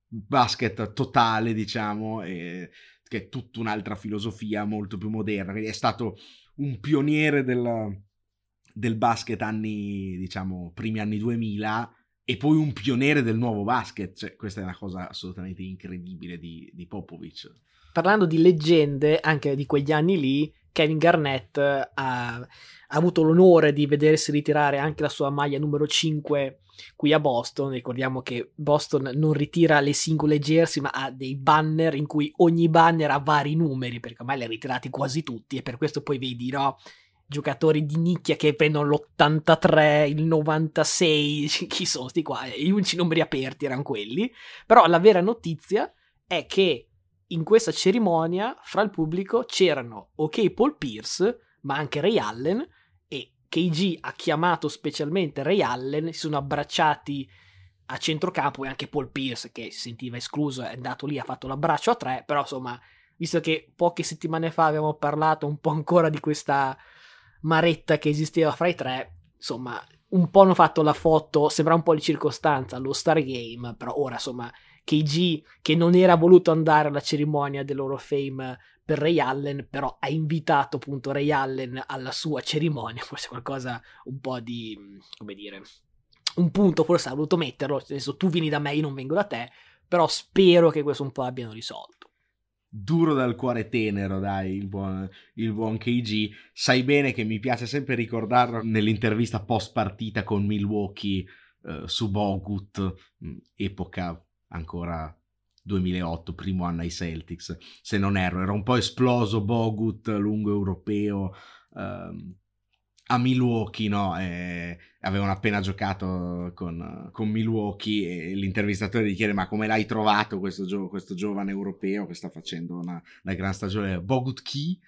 basket totale, diciamo, eh, che è tutta un'altra filosofia molto più moderna. Quindi è stato un pioniere del, del basket anni, diciamo, primi anni duemila, e poi un pioniere del nuovo basket. Cioè, questa è una cosa assolutamente incredibile di, di Popovic. Parlando di leggende, anche di quegli anni lì, Kevin Garnett ha, ha avuto l'onore di vedersi ritirare anche la sua maglia numero cinque qui a Boston. Ricordiamo che Boston non ritira le singole jersey, ma ha dei banner in cui ogni banner ha vari numeri, perché ormai li ha ritirati quasi tutti, e per questo poi vedi, no, giocatori di nicchia che prendono l'ottantatré, il novantasei, chi sono sti qua? Gli unici numeri aperti erano quelli. Però la vera notizia è che in questa cerimonia fra il pubblico c'erano ok Paul Pierce, ma anche Ray Allen, e K G ha chiamato specialmente Ray Allen, si sono abbracciati a centrocampo, e anche Paul Pierce, che si sentiva escluso, è andato lì, ha fatto l'abbraccio a tre. Però insomma, visto che poche settimane fa abbiamo parlato un po' ancora di questa maretta che esisteva fra i tre, insomma un po' hanno fatto la foto, sembra un po' di circostanza, allo Star Game, però ora insomma K G, che non era voluto andare alla cerimonia dell'Hall of Fame per Ray Allen, però ha invitato appunto Ray Allen alla sua cerimonia, forse qualcosa un po' di, come dire, un punto forse ha voluto metterlo, nel senso, tu vieni da me, io non vengo da te, però spero che questo un po' abbiano risolto. Duro dal cuore tenero, dai, il buon, il buon K G. Sai bene che mi piace sempre ricordarlo nell'intervista post partita con Milwaukee eh, su Bogut, epoca ancora duemilaotto, primo anno ai Celtics, se non erro, era un po' esploso Bogut, lungo europeo, ehm, a Milwaukee, no? E avevano appena giocato con, con Milwaukee, e l'intervistatore gli chiede: ma come l'hai trovato questo, gio- questo giovane europeo che sta facendo una, una gran stagione? Bogut chi?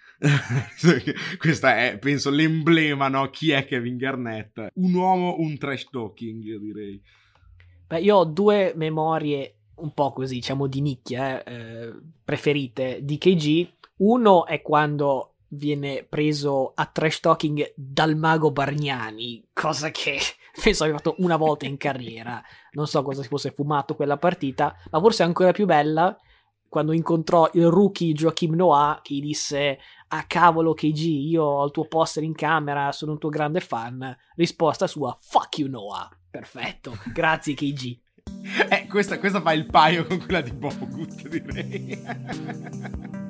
Questa è, penso, l'emblema, no? Chi è Kevin Garnett? Un uomo, un trash talking, direi. Beh, io ho due memorie un po' così, diciamo di nicchia, eh, preferite di K G. Uno è quando viene preso a trash talking dal mago Bargnani, cosa che penso abbia fatto una volta in carriera. Non so cosa si fosse fumato quella partita, ma forse ancora più bella quando incontrò il rookie Joachim Noah, che gli disse: ah cavolo K G, io ho il tuo poster in camera, sono un tuo grande fan. Risposta sua: fuck you Noah. Perfetto, grazie K G. Eh, questa, questa fa il paio con quella di Bogut, direi.